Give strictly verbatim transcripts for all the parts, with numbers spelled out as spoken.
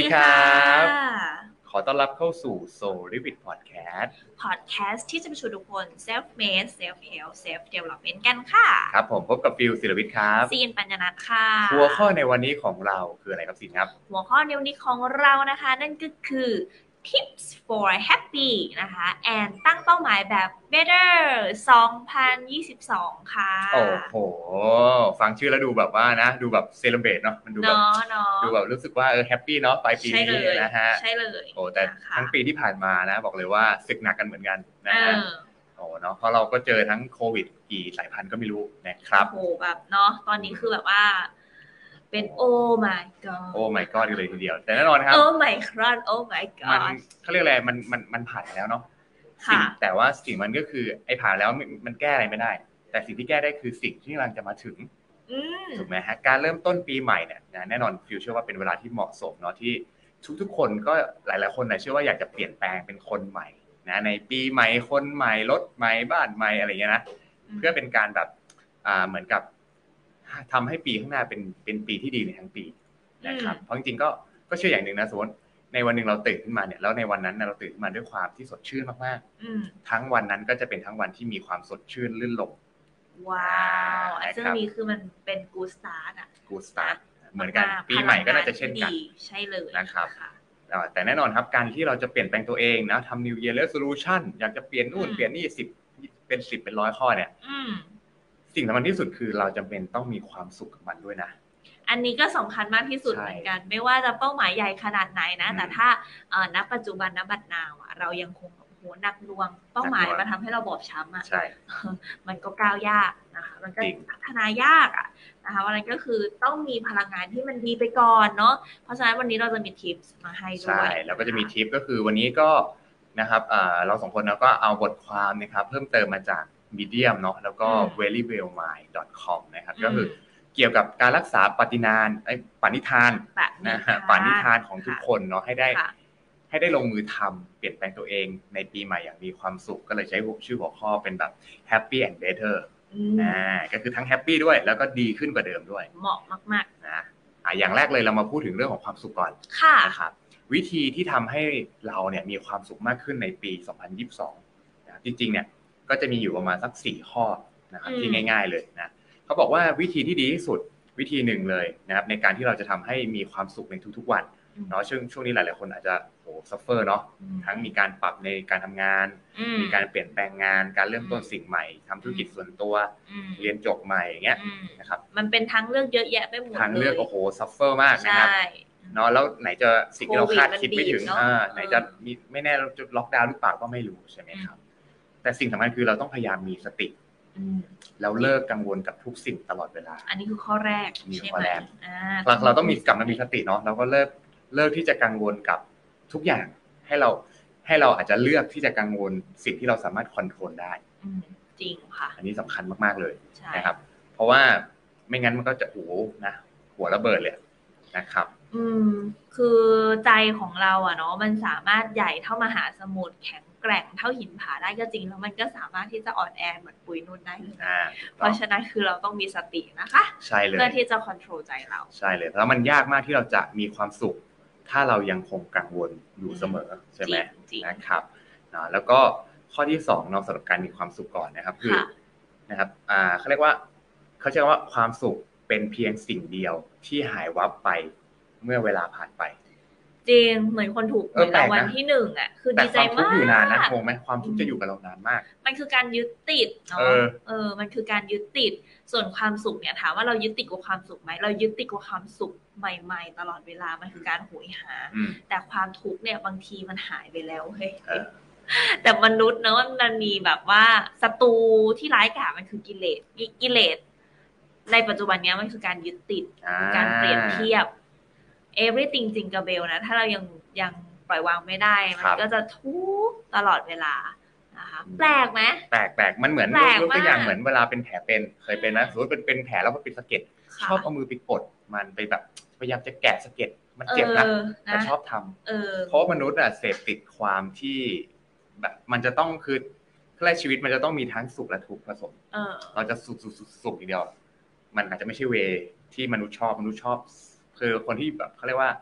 ดีครับขอต้อนรับเข้าสู่ Soul Revit Podcast Podcast ที่จะไปชวนทุกคน self made self help self development กันค่ะครับผมพบกับฟิลศิลวิทย์ครับซีนปัญญนัทค่ะหัวข้อในวันนี้ของเราคืออะไรครับซีนครับหัวข้อในวันนี้ของเรานะคะนั่นก็คือ tips for happy นะคะ and ตั้งเป้าหมายแบบ better สองพันยี่สิบสองค่ะโอ้โหฟังชื่อแล้วดูแบบว่านะดูแบบเซเลบเรตเนาะมันดูแบบดูแบบรู้สึกว่าเออแฮปปี้เนาะปลายปีนี้นะฮะใช่เลยโอ้แต่ทั้งปีที่ผ่านมานะบอกเลยว่าศึกหนักกันเหมือนกันนะฮะโอ้เนาะเพราะเราก็เจอทั้งโควิดกี่สายพันธุ์ก็ไม่รู้นะครับโอ้แบบเนาะตอนนี้คือแบบว่าเป็นโอ้ my god โอ้ my god กันเลยทีเดียวแต่แน่นอนครับโอ้ my god โอ้ my god มันเขาเรียกอะไรมันมันมันผ่านแล้วเนาะสิ่งแต่ว่าสิ่งมันก็คือไอ้ผ่านแล้วมันแก้อะไรไม่ได้แต่สิ่งที่แก้ได้คือสิ่งที่กำลังจะมาถึงถูกไหมฮะการเริ่มต้นปีใหม่เนี่ยแน่นอนฟิวเชื่อว่าเป็นเวลาที่เหมาะสมเนาะที่ทุกๆคนก็หลายๆคนนะเชื่อว่าอยากจะเปลี่ยนแปลงเป็นคนใหม่นะในปีใหม่คนใหม่รถใหม่บ้านใหม่อะไรเงี้ยนะเพื่อเป็นการแบบอ่าเหมือนกับทำให้ปีข้างหน้าเป็นเป็นปีที่ดีในทั้งปีนะครับเพราะจริงๆก็ก็เชื่ออย่างหนึ่งนะสมมติในวันหนึ่งเราตื่นขึ้นมาเนี่ยแล้วในวันนั้นเราตื่นขึ้นมาด้วยความที่สดชื่นมากๆทั้งวันนั้นก็จะเป็นทั้งวันที่มีความสดชื่นลื่นลมว้าวซึ่งนี้คือมันเป็นกูสตาร์ทอ่ะกูสตาร์ทเหมือนกันปีใหม่ก็น่าจะเช่นกันใช่เลยนะครับแต่แน่นอนครับการที่เราจะเปลี่ยนแปลงตัวเองนะทำ New Year Resolution อยากจะเปลี่ยนนู่นเปลี่ยนนี่สิบเป็นสิบเป็นร้อยข้อเนี่ยสิ่งสำคัญที่สุดคือเราจำเป็นต้องมีความสุขกับมันด้วยนะอันนี้ก็สำคัญมากที่สุดเหมือนกันไม่ว่าจะเป้าหมายใหญ่ขนาดไหนนะแต่ถ้าณปัจจุบันณบัดนาวอ่ะเรายังคงโหหนักดวงเป้าหมายมาทำให้เราบอบช้ำอ่ะมันก็ก้าวยากนะคะมันก็พัฒนายากอ่ะนะคะวันนั้นก็คือต้องมีพลังงานที่มันดีไปก่อนเนาะเพราะฉะนั้นวันนี้เราจะมีทิปมาให้ด้วยใช่แล้วก็จะมีทิปก็คือวันนี้ก็นะครับเราสองคนเราก็เอาบทความนะครับเพิ่มเติมมาจาก Medium เนาะแล้วก็ very well mind dot com นะครับก็คือเกี่ยวกับการรักษาปฏิญาณไอ้ปณิธานนะฮะปณิธานของทุกคนเนาะให้ได้ให้ได้ลงมือทำเปลี่ยนแปลงตัวเองในปีใหม่อย่างมีความสุขก็เลยใช้ชื่อหัวข้อเป็นแบบ happy and better อ่าก็คือทั้งแฮปปี้ด้วยแล้วก็ดีขึ้นกว่าเดิมด้วยเหมาะมากๆนะอ่ะอย่างแรกเลยเรามาพูดถึงเรื่องของความสุขก่อนนะครับวิธีที่ทำให้เราเนี่ยมีความสุขมากขึ้นในปีสองพันยี่สิบสองนะจริงๆเนี่ยก็จะมีอยู่ประมาณสักสี่ข้อนะครับที่ง่ายๆเลยนะเขาบอกว่าวิธีที่ดีที่สุดวิธีหนึ่งเลยนะครับในการที่เราจะทำให้มีความสุขในทุกๆวันเนาะช่วงช่วงนี้หลายๆคนอาจจะโหซัฟเฟอร์เนาะทั้งมีการปรับในการทำงานมีการเปลี่ยนแปลงงานการเริ่มต้นสิ่งใหม่ทำธุรกิจส่วนตัวเรียนจบใหม่อย่างเงี้ยนะครับมันเป็นทางเลือกเยอะแยะไปหมดเลยทางเลือกโอ้โหซัฟเฟอร์มากนะครับเนาะแล้วไหนจะสิ่งที่เราคาดคิดไม่ถึงอ่าไหนจะมีไม่แน่เราจะล็อกดาวน์หรือเปล่าก็ไม่รู้ใช่ไหมครับแต่สิ่งสำคัญคือเราต้องพยายามมีสติแล้วเลิกกังวลกับทุกสิ่งตลอดเวลาอันนี้คือข้อแรกใช่ไหมเราเราต้องมีกลับมามีสติเนาะเราก็เลิกเลิกที่จะกังวลกับทุกอย่างให้เราให้เราอาจจะเลือกที่จะกังวลสิ่งที่เราสามารถคอนโทรลได้จริงค่ะอันนี้สำคัญมากๆเลยนะครับเพราะว่าไม่งั้นมันก็จะโอ้นะหัวระเบิดเลยนะครับอืมคือใจของเราอ่ะเนาะมันสามารถใหญ่เท่ามหาสมุทรแข็งแกร่งเท่าหินผาได้ก็จริงแล้วมันก็สามารถที่จะอ่อนแอเหมือนปุยนุ่นได้เพราะฉะนั้นคือเราต้องมีสตินะคะใช่เลยเพื่อที่จะควบคุมใจเราใช่เลยแล้วมันยากมากที่เราจะมีความสุขถ้าเรายังคงกังวลอยู่เสมอใช่ไหมนะครับนะแล้วก็ข้อที่สองเนาะสำหรับการมีความสุขก่อนนะครับคือนะครับอ่าเขาเรียกว่าเขาเรียกว่าความสุขเป็นเพียงสิ่งเดียวที่หายวับไปเมื่อเวลาผ่านไปจริงเหมือนคนถูกหวยรางวัลที่หนึ่งอ่ะคือดีใจมากแต่ความทุกข์อยู่นานนะงงไหมความทุกข์จะอยู่กับเรานานมากมันคือการยึดติดเนาะเออมันคือการยึดติดส่วนความสุขเนี่ยถามว่าเรายึดติดกับความสุขไหมเรายึดติดกับความสุขใหม่ๆตลอดเวลามันคือการโหยหาแต่ความทุกข์เนี่ยบางทีมันหายไปแล้วเฮ้ยแต่มนุษย์เนอะมันมีแบบว่าศัตรูที่ร้ายกาจมันคือกิเลสกิเลสในปัจจุบันนี้มันคือการยึดติดการเปรียบเทียบeverything จริงกับเบลนะถ้าเรายังยังปล่อยวางไม่ได้มันก็จะทุกข์ตลอดเวลานะคะแปลกไหมแปลกแปลกมันเหมือนยกตัวอย่างเหมือนเวลาเป็นแผลเป็นเคยเป็นนะสมมติเป็นเป็นแผลแล้วมันเป็นสะเก็ดชอบเอามือไปกดมันไปแบบพยายามจะแกะสะเก็ดมันเจ็บนะแต่ชอบทำเพราะมนุษย์อะเสพติดความที่แบบมันจะต้องคือในชีวิตมันจะต้องมีทั้งสุขและทุกข์ผสมเราจะสุขสุขสุขอย่างเดียวมันอาจจะไม่ใช่เวที่มนุษย์ชอบมนุษย์ชอบคือคนที่แบบเขาเรียกว่า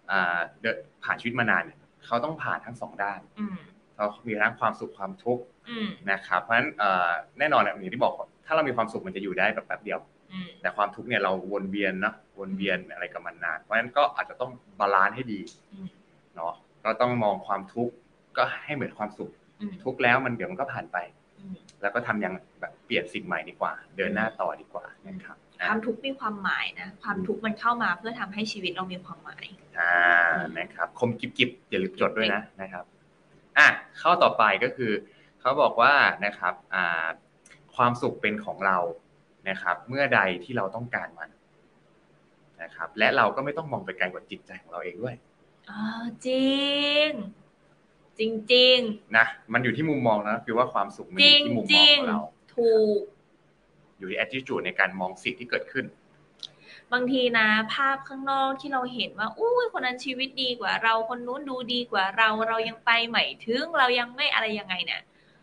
ผ่านชีวิตมานานเนี่ยเขาต้องผ่านทั้งสองด้านเขามีทั้งความสุขความทุกข์นะครับเพราะฉะนั้นแน่นอนอย่างที่บอกถ้าเรามีความสุขมันจะอยู่ได้แบบแป๊บเดียวแต่ความทุกข์เนี่ยเราวนเวียนเนาะวนเวียนอะไรกับมันนานเพราะฉะนั้นก็อาจจะต้องบาลานซ์ให้ดีเนาะก็ต้องมองความทุกข์ก็ให้เหมือนความสุขทุกข์แล้วมันเดี๋ยวมันก็ผ่านไปแล้วก็ทำอย่างแบบเปลี่ยนสิ่งใหม่ดีกว่าเดินหน้าต่อดีกว่านะครับความทุกข์มีความหมายนะความทุกข์มันเข้ามาเพื่อทำให้ชีวิตเรามีความหมายอ่านะครับคมกิบๆอย่าลืมจดด้วยนะนะครับอ่ะข้อต่อไปก็คือเขาบอกว่านะครับอ่าความสุขเป็นของเรานะครับเมื่อใดที่เราต้องการมันนะครับและเราก็ไม่ต้องมองไปไกลกว่าจิตใจของเราเองด้วยอ๋อจริงจริงๆนะมันอยู่ที่มุมมองนะคือว่าความสุขมันอยู่ที่มุมมองของเราถูกอยู่ที่ attitude ในการมองสิ่งที่เกิดขึ้นบางทีนะภาพข้างนอกที่เราเห็นว่าอุ้ยคนนั้นชีวิตดีกว่าเราคนนู้นดูดีกว่าเราเรายังไปไม่ถึงเรายังไม่อะไรยังไงเนี่ย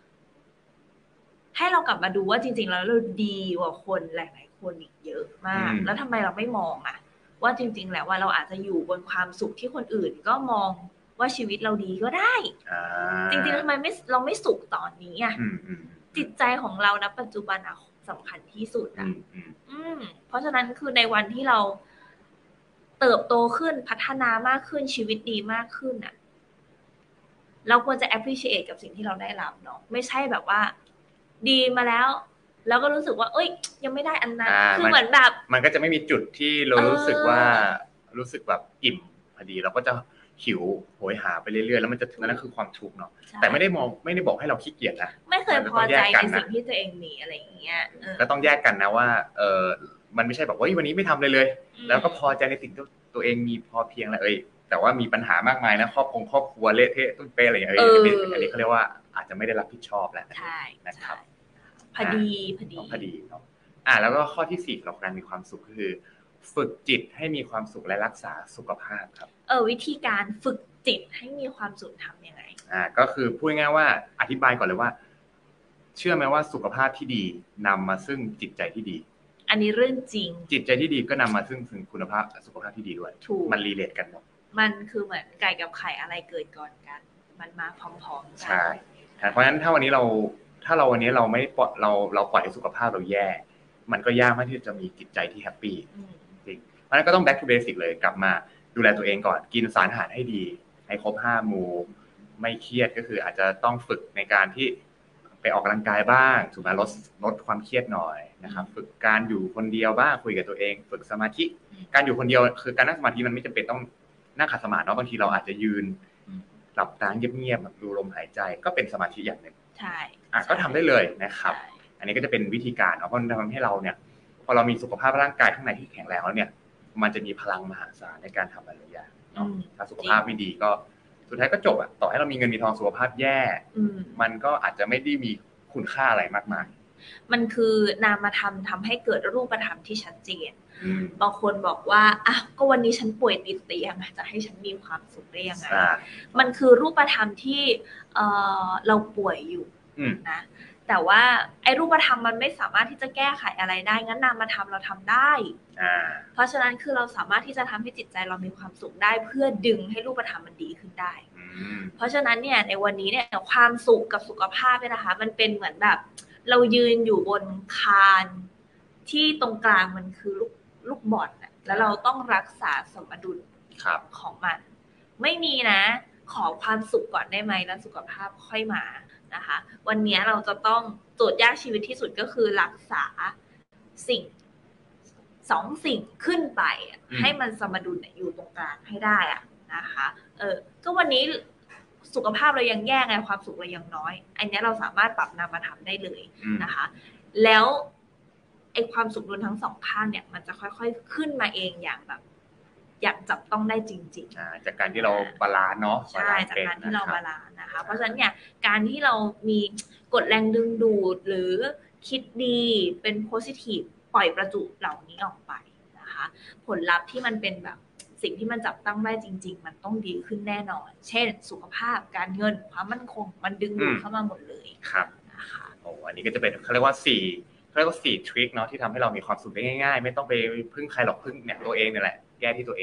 ให้เรากลับมาดูว่าจริงๆแล้วเราดีกว่าคนหลายๆคนอีกเยอะมากแล้วทำไมเราไม่มองอ่ะว่าจริงๆแล้วว่าเราอาจจะอยู่บนความสุขที่คนอื่นก็มองว่าชีวิตเราดีก็ได้จริงๆทำไมไม่เราไม่สุขตอนนี้อ่ะจิตใจของเราณปัจจุบันอ่ะสำคัญที่สุดอ่ะเพราะฉะนั้นคือในวันที่เราเติบโตขึ้นพัฒนามากขึ้นชีวิตดีมากขึ้นอ่ะเราควรจะ appreciate กับสิ่งที่เราได้รับเนาะไม่ใช่แบบว่าดีมาแล้วแล้วก็รู้สึกว่าเอ้ยยังไม่ได้อันนั้นคือเหมือนแบบมันก็จะไม่มีจุดที่เรารู้สึกว่ารู้สึกแบบอิ่มพอดีเราก็จะหิวโหยหาไปเรื่อยๆแล้วมันจะนั่นคือความทุกข์เนาะแต่ไม่ได้มองไม่ได้บอกให้เราขี้เกียจนะไม่เคยพอใจในสิ่งที่ตัวเองมีอะไรอย่างเงี้ยก็ต้องแยกกันนะว่าเออมันไม่ใช่แบบว่าวันนี้ไม่ทำเลยเลยแล้วก็พอใจในสิ่งที่ตัวเองมีพอเพียงแล้วเอ้ยแต่ว่ามีปัญหามากมายนะครอบครัวครอบครัวเละเทะตุ้นเป้อะไรอย่างเงี้ยอันนี้เขาเรียกว่าอาจจะไม่ได้รับผิดชอบแหละนะครับพอดีพอดีพอดีเนาะอ่าแล้วก็ข้อที่สี่ของการมีความสุขก็คือฝึกจิตให้มีความสุขและรักษาสุขภาพครับเออวิธีการฝึกจิตให้มีความสุขทำยังไงอ่าก็คือพูดง่ายๆว่าอธิบายก่อนเลยว่าเชื่อไหมว่าสุขภาพที่ดีนำมาซึ่งจิตใจที่ดีอันนี้เรื่องจริงจิตใจที่ดีก็นำมาซึ่งถึงคุณภาพสุขภาพที่ดีด้วยมันรีเลทกันหมดมันคือเหมือนไก่กับไข่อะไรเกิดก่อนกันมันมาพร้อมๆใช่เพราะฉะนั้นถ้าวันนี้เราถ้าเราวันนี้เราไม่ปล่อยเราเราปล่อยให้สุขภาพเราแย่มันก็ยากมากที่จะมีจิตใจที่แฮปปี้จริงเพราะฉะนั้นก็ต้อง back to basic เลยกลับมาดูแลตัวเองก่อนกินสารอาหารให้ดีให้ครบห้าหมู่ไม่เครียดก็คืออาจจะต้องฝึกในการที่ไปออกกำลังกายบ้างถูกไหมลดลดความเครียดหน่อยนะครับฝึกการอยู่คนเดียวบ้างคุยกับตัวเองฝึกสมาธิการอยู่คนเดียวคือการนั่งสมาธิมันไม่จำเป็นต้องนั่งขัดสมาธิเนาะบางทีเราอาจจะยืนหลับตาเงียบๆดูลมหายใจก็เป็นสมาธิอย่างหนึ่งใช่อ่ะก็ทำได้เลยนะครับอันนี้ก็จะเป็นวิธีการเนาะเพราะทำให้เราเนี่ยพอเรามีสุขภาพร่างกายข้างในที่แข็งแรงแล้วเนี่ยมันจะมีพลังมหาศาลในการทำอะไรอย่างเนาะถ้าสุขภาพไม่ดีก็สุดท้ายก็จบอ่ะต่อให้เรามีเงินมีทองสุขภาพแย่มันก็อาจจะไม่ได้มีคุณค่าอะไรมากมายมันคือนามธรรมทำให้เกิดรูปธรรมที่ชัดเจนบางคนบอกว่าอ่ะก็วันนี้ฉันป่วยติดเตียงจะให้ฉันมีความสุขได้ยังไงมันคือรูปธรรมที่เอ่อเราป่วยอยู่นะแต่ว่าไอ้รูปธรรมมันไม่สามารถที่จะแก้ไขอะไรได้งั้นนามธรรมเราทำได้เพราะฉะนั้นคือเราสามารถที่จะทำให้จิตใจเรามีความสุขได้เพื่อดึงให้รูปธรรมมันดีขึ้นได้เพราะฉะนั้นเนี่ยในวันนี้เนี่ยความสุขกับสุขภาพเนี่ยนะคะมันเป็นเหมือนแบบเรายืนอยู่บนคานที่ตรงกลางมันคือลูกลูกบอลน่ะแล้วเราต้องรักษาสมดุลของมันไม่มีนะขอความสุขก่อนได้ไหมแล้วสุขภาพค่อยมานะคะวันนี้เราจะต้องโจทย์ยากชีวิตที่สุดก็คือรักษาสิ่งสองสิ่งขึ้นไปให้มันสมดุลอยู่ตรงกลางให้ได้อะนะคะเออก็วันนี้สุขภาพเรายังแย่ไงความสุขเรายังน้อยอันนี้เราสามารถปรับนามธรรมได้เลยนะคะแล้วไอ้ความสุขดุลทั้งสองข้างเนี่ยมันจะค่อยๆขึ้นมาเองอย่างแบบอย่างจับต้องได้จริงๆจากการที่เราบาลานซ์เนาะใช่จากการที่เราบาลานซ์นะคะเพราะฉะนั้นเนี่ยการที่เรามีกฎแรงดึงดูดหรือคิดดีเป็นโพสิทีฟปล่อยประจุเหล่านี้ออกไปนะคะผลลัพธ์ที่มันเป็นแบบสิ่งที่มันจับต้องได้จริงๆมันต้องดีขึ้นแน่นอนเช่นสุขภาพการเงินความมั่นคงมันดึงดูดเข้ามาหมดเลยครับนะคะโอ้อันนี้ก็จะเป็นเขาเรียกว่าสี่เขาเรียกว่าสี่ทริคเนาะที่ทำให้เรามีความสุขได้ง่ายๆไม่ต้องไปพึ่งใครหรอกพึ่งเนี่ยตัวเองนี่แหละแก้ที่ตัวเองเลย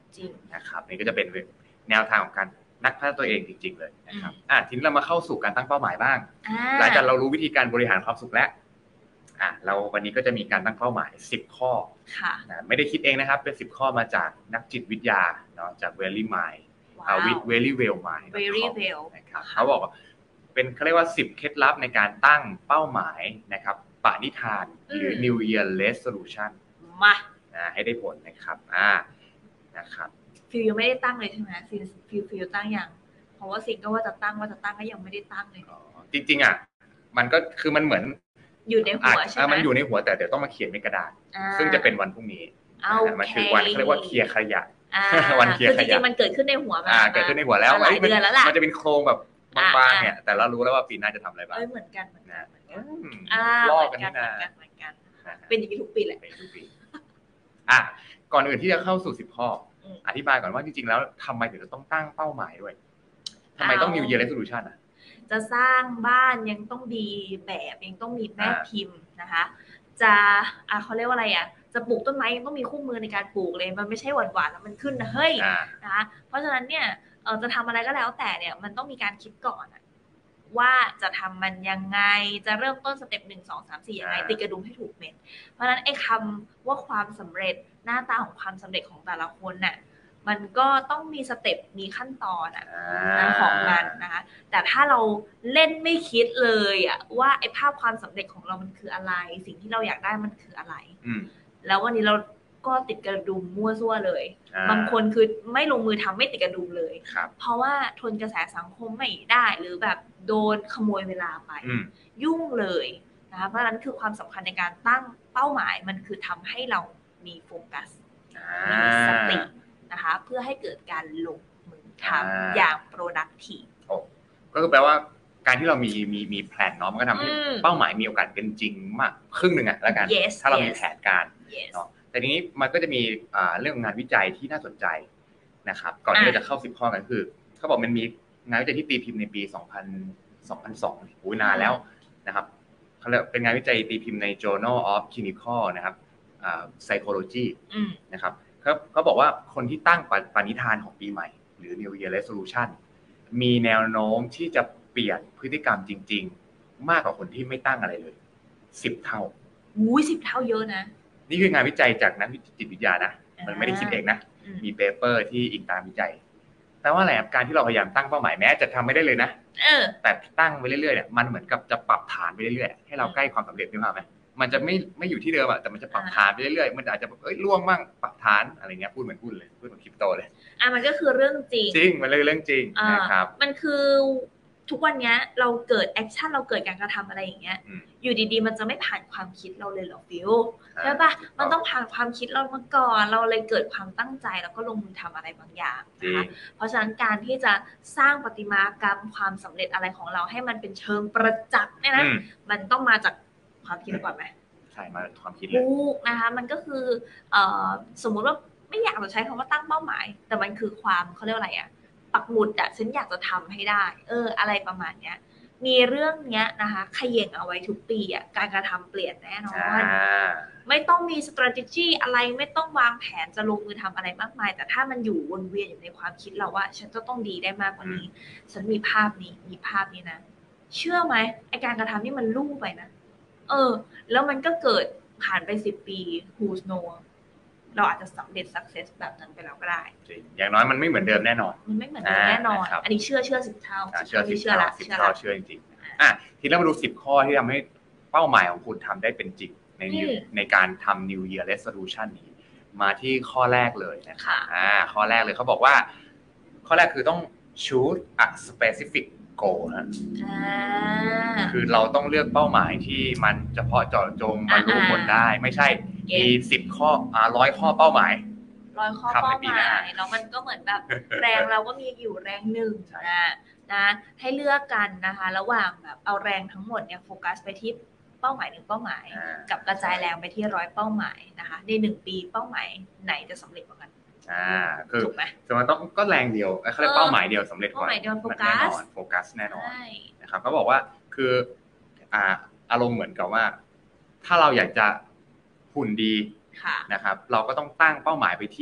จริงนะครับนี่ก็จะเป็นแนวทางของการนักพัฒนาตัวเองจริงๆเลยนะครับอ่ะทีนี้เรามาเข้าสู่การตั้งเป้าหมายบ้างหลังจากเรารู้วิธีการบริหารความสุขแล้วอ่ะเราวันนี้ก็จะมีการตั้งเป้าหมายสิบข้อนะไม่ได้คิดเองนะครับเป็นสิบข้อมาจากนักจิตวิทยาเนาะจาก Very Mind เอา Very Well Mind Very Well นะครับเขาบอกเป็นเขาเรียกว่าสิบเคล็ดลับในการตั้งเป้าหมายนะครับปณิธานหรือ New Year Resolution มานะให้ได้ผลนะครับอ่านะครับฟิลยังไม่ได้ตั้งเลยใช่ไหมฟิลฟิลฟิลตั้งยังเพราะว่าสิ่งก็ว่าจะตั้งว่าจะตั้งก็ยังไม่ได้ตั้งเลยจริงๆอ่ะมันก็คือมันเหมือนอยู่ในหัวใช่ไหมมันอยู่ในหัวแต่เดี๋ยวต้องมาเขียนในกระดาษซึ่งจะเป็นวันพรุ่งนี้มันคือวันเขาเรียกว่าเคลียร์ขยะวันเคลียร์ขยะจริงๆมันเกิดขึ้นในหัวมาเกิดขึ้นในหัวแล้วหลายเดือนแล้วล่ะมันจะเป็นโครงแบบบางๆเนี่ยแต่เรารู้แล้วว่าปีหน้าจะทำอะไรบ้างเหมือนกันเหมือนกันลอกกันนี่นะเป็นอย่างนี้ทุกปีแหละเป็นทุกปีอ่ะก่อนอื่นที่จะเข้าสู่สิบข้ออธิบายก่อนว่าจริงๆแล้วทำไมถึงจะต้องตั้งเป้าหมายด้วยทำไมต้อง New Year Resolution อ่ะจะสร้างบ้านยังต้องดีแบบยังต้องมีแม่พิมพ์นะคะจะอ่ะเขาเรียกว่าอะไรอ่ะจะปลูกต้นไม้ยังต้องมีคู่มือในการปลูกเลยมันไม่ใช่หวานๆแล้วมันขึ้นนะเฮ้ยนะคะเพราะฉะนั้นเนี่ยเออจะทำอะไรก็แล้วแต่เนี่ยมันต้องมีการคิดก่อนว่าจะทำมันยังไงจะเริ่มต้นสเต็ปหนึ่งสองสามสี่ยังไงติดกระดุมให้ถูกเม็ดเพราะฉะนั้นไอ้คำว่าความสำเร็จหน้าตาของความสำเร็จของแต่ละคนน่ะมันก็ต้องมีสเต็ปมีขั้นตอนอ่ะของมันนะคะแต่ถ้าเราเล่นไม่คิดเลยอ่ะว่าไอ้ภาพความสำเร็จของเรามันคืออะไรสิ่งที่เราอยากได้มันคืออะไรแล้ววันนี้เราก็ติดกระดุมมั่วซั่วเลยบางคนคือไม่ลงมือทำไม่ติดกระดุมเลยเพราะว่าทนกระแสสังคมไม่ได้หรือแบบโดนขโมยเวลาไปยุ่งเลยนะคะเพราะฉะนั้นคือความสำคัญในการตั้งเป้าหมายมันคือทำให้เรามีโฟกัสมีสตินะคะเพื่อให้เกิดการลงมือทำอย่าง productive ก็คือแปลว่าการที่เรามีมีมีแผนเนาะมันก็ทำให้เป้าหมายมีโอกาสเป็นจริงมากครึ่งหนึ่งอะแล้วกัน yes, ถ้าเรามี yes. แผนการเนาะแต่ทีนี้มันก็จะมีเรื่องงานวิจัยที่น่าสนใจนะครับก่อนที่เราจะเข้าสิบข้อกันคือเขาบอกมันมีงานวิจัยที่ตีพิมพ์ในปีสองพัน สองพันสองโอ้ยนานแล้วนะครับเขาเรียกเป็นงานวิจัยตีพิมพ์ใน Journal of Clinical นะครับ Psychology นะครับเขาเขาบอกว่าคนที่ตั้งปณิธานของปีใหม่หรือ New Year Resolution มีแนวโน้มที่จะเปลี่ยนพฤติกรรมจริงๆมากกว่าคนที่ไม่ตั้งอะไรเลยสิบเท่าอุ้ยสิบเท่าเยอะนะนี่คืองานวิจัยจากนักจิตวิทยานะมันไม่ได้คิดเองนะมีเปเปอร์ที่อิงตามวิจัยแต่ว่าอะไรครับการที่เราพยายามตั้งเป้าหมายแม้จะทำไม่ได้เลยนะแต่ตั้งไปเรื่อยๆเนี่ยมันเหมือนกับจะปรับฐานไปเรื่อยๆให้เราใกล้ความสำเร็จได้มากไหมมันจะไม่ไม่อยู่ที่เดิมอะแต่มันจะปรับฐานไปเรื่อยๆมันอาจจะแบบเอ้ยล่วงมั่งปรับฐานอะไรเงี้ยพูดเหมือนพูดเลยพูดเหมือนคริปโตเลยอ่ะมันก็คือเรื่องจริงจริงมันเลยเรื่องจริงนะครับมันคือทุกวันนี้เราเกิดแอคชั่นเราเกิดการกระทำอะไรอย่างเงี้ยอยู่ดีๆมันจะไม่ผ่านความคิดเราเลยหรอฟิวใช่ป่ะมันต้องผ่านความคิดเรามาก่อนเราเลยเกิดความตั้งใจแล้วก็ลงมือทำอะไรบางอย่างนะคะเพราะฉะนั้นการที่จะสร้างประติมากรรมความสำเร็จอะไรของเราให้มันเป็นเชิงประจักษ์เนี่ยนะมันต้องมาจากความคิดก่อนไหมใช่มาความคิดเลยนะคะมันก็คือเอ่อสมมุติว่าไม่อยากจะใช้คำว่าตั้งเป้าหมายแต่มันคือความเขาเรียกว่าอะไรอะปักหมุดอะฉันอยากจะทำให้ได้เอออะไรประมาณเนี้ยมีเรื่องเนี้ยนะคะเขย่งเอาไว้ทุกปีอะการกระทำเปลี่ยนแน่นอนไม่ต้องมี strategy อะไรไม่ต้องวางแผนจะลงมือทำอะไรมากมายแต่ถ้ามันอยู่วนเวียนอยู่ในความคิดเราว่าฉันจะต้องดีได้มากกว่านี้ฉันมีภาพนี้มีภาพนี้นะเชื่อไหมไอการกระทำนี่มันลู่ไปนะเออแล้วมันก็เกิดผ่านไปสิบปี who's know เราอาจจะสำเร็จ success แบบนั้นไปแล้วก็ได้อย่างน้อยมันไม่เหมือนเดิมแน่นอนมันไม่เหมือนเดิมแน่นอนอันนี้เชื่อเชื่อสิบเท่าเชื่อสิบเท่าสิบเท่าเชื่อจริงๆอ่ะทีนี้เรามาดูสิบข้อที่ทำให้เป้าหมายของคุณทำได้เป็นจริงในในการทำ New Year Resolution นี้มาที่ข้อแรกเลยนะครับอ่าข้อแรกเลยเขาบอกว่าข้อแรกคือต้อง choose a specific goal นะคือเราต้องเลือกเป้าหมายที่มันเฉพาะเจาะจงบรรลุผลได้ไม่ใช่มีสิบข้ออ่าร้อยข้อเป้าหมายร้อยข้อเป้าหมายแล้วมันก็เหมือนแบบแรงเราก็มีอยู่แรงหนึ่งนะนะให้เลือกกันนะคะระหว่างแบบเอาแรงทั้งหมดเนี่ยโฟกัสไปที่เป้าหมายหนึ่งเป้าหมายกับกระจายแรงไปที่ร้อยเป้าหมายนะคะในหนึ่งปีเป้าหมายไหนจะสำเร็จกว่ากันอ่าคือสมมติต้องก็แรงเดียวเขาเรียกเป้าหมายเดียวสำเร็จกว่าแน่นอนโฟกัสแน่นอนนะครับเขาบอกว่าคืออ่าอารมณ์เหมือนกับว่าถ้าเราอยากจะหุ่นดีนะครับเราก็ต้องตั้งเป้าหมายไปที่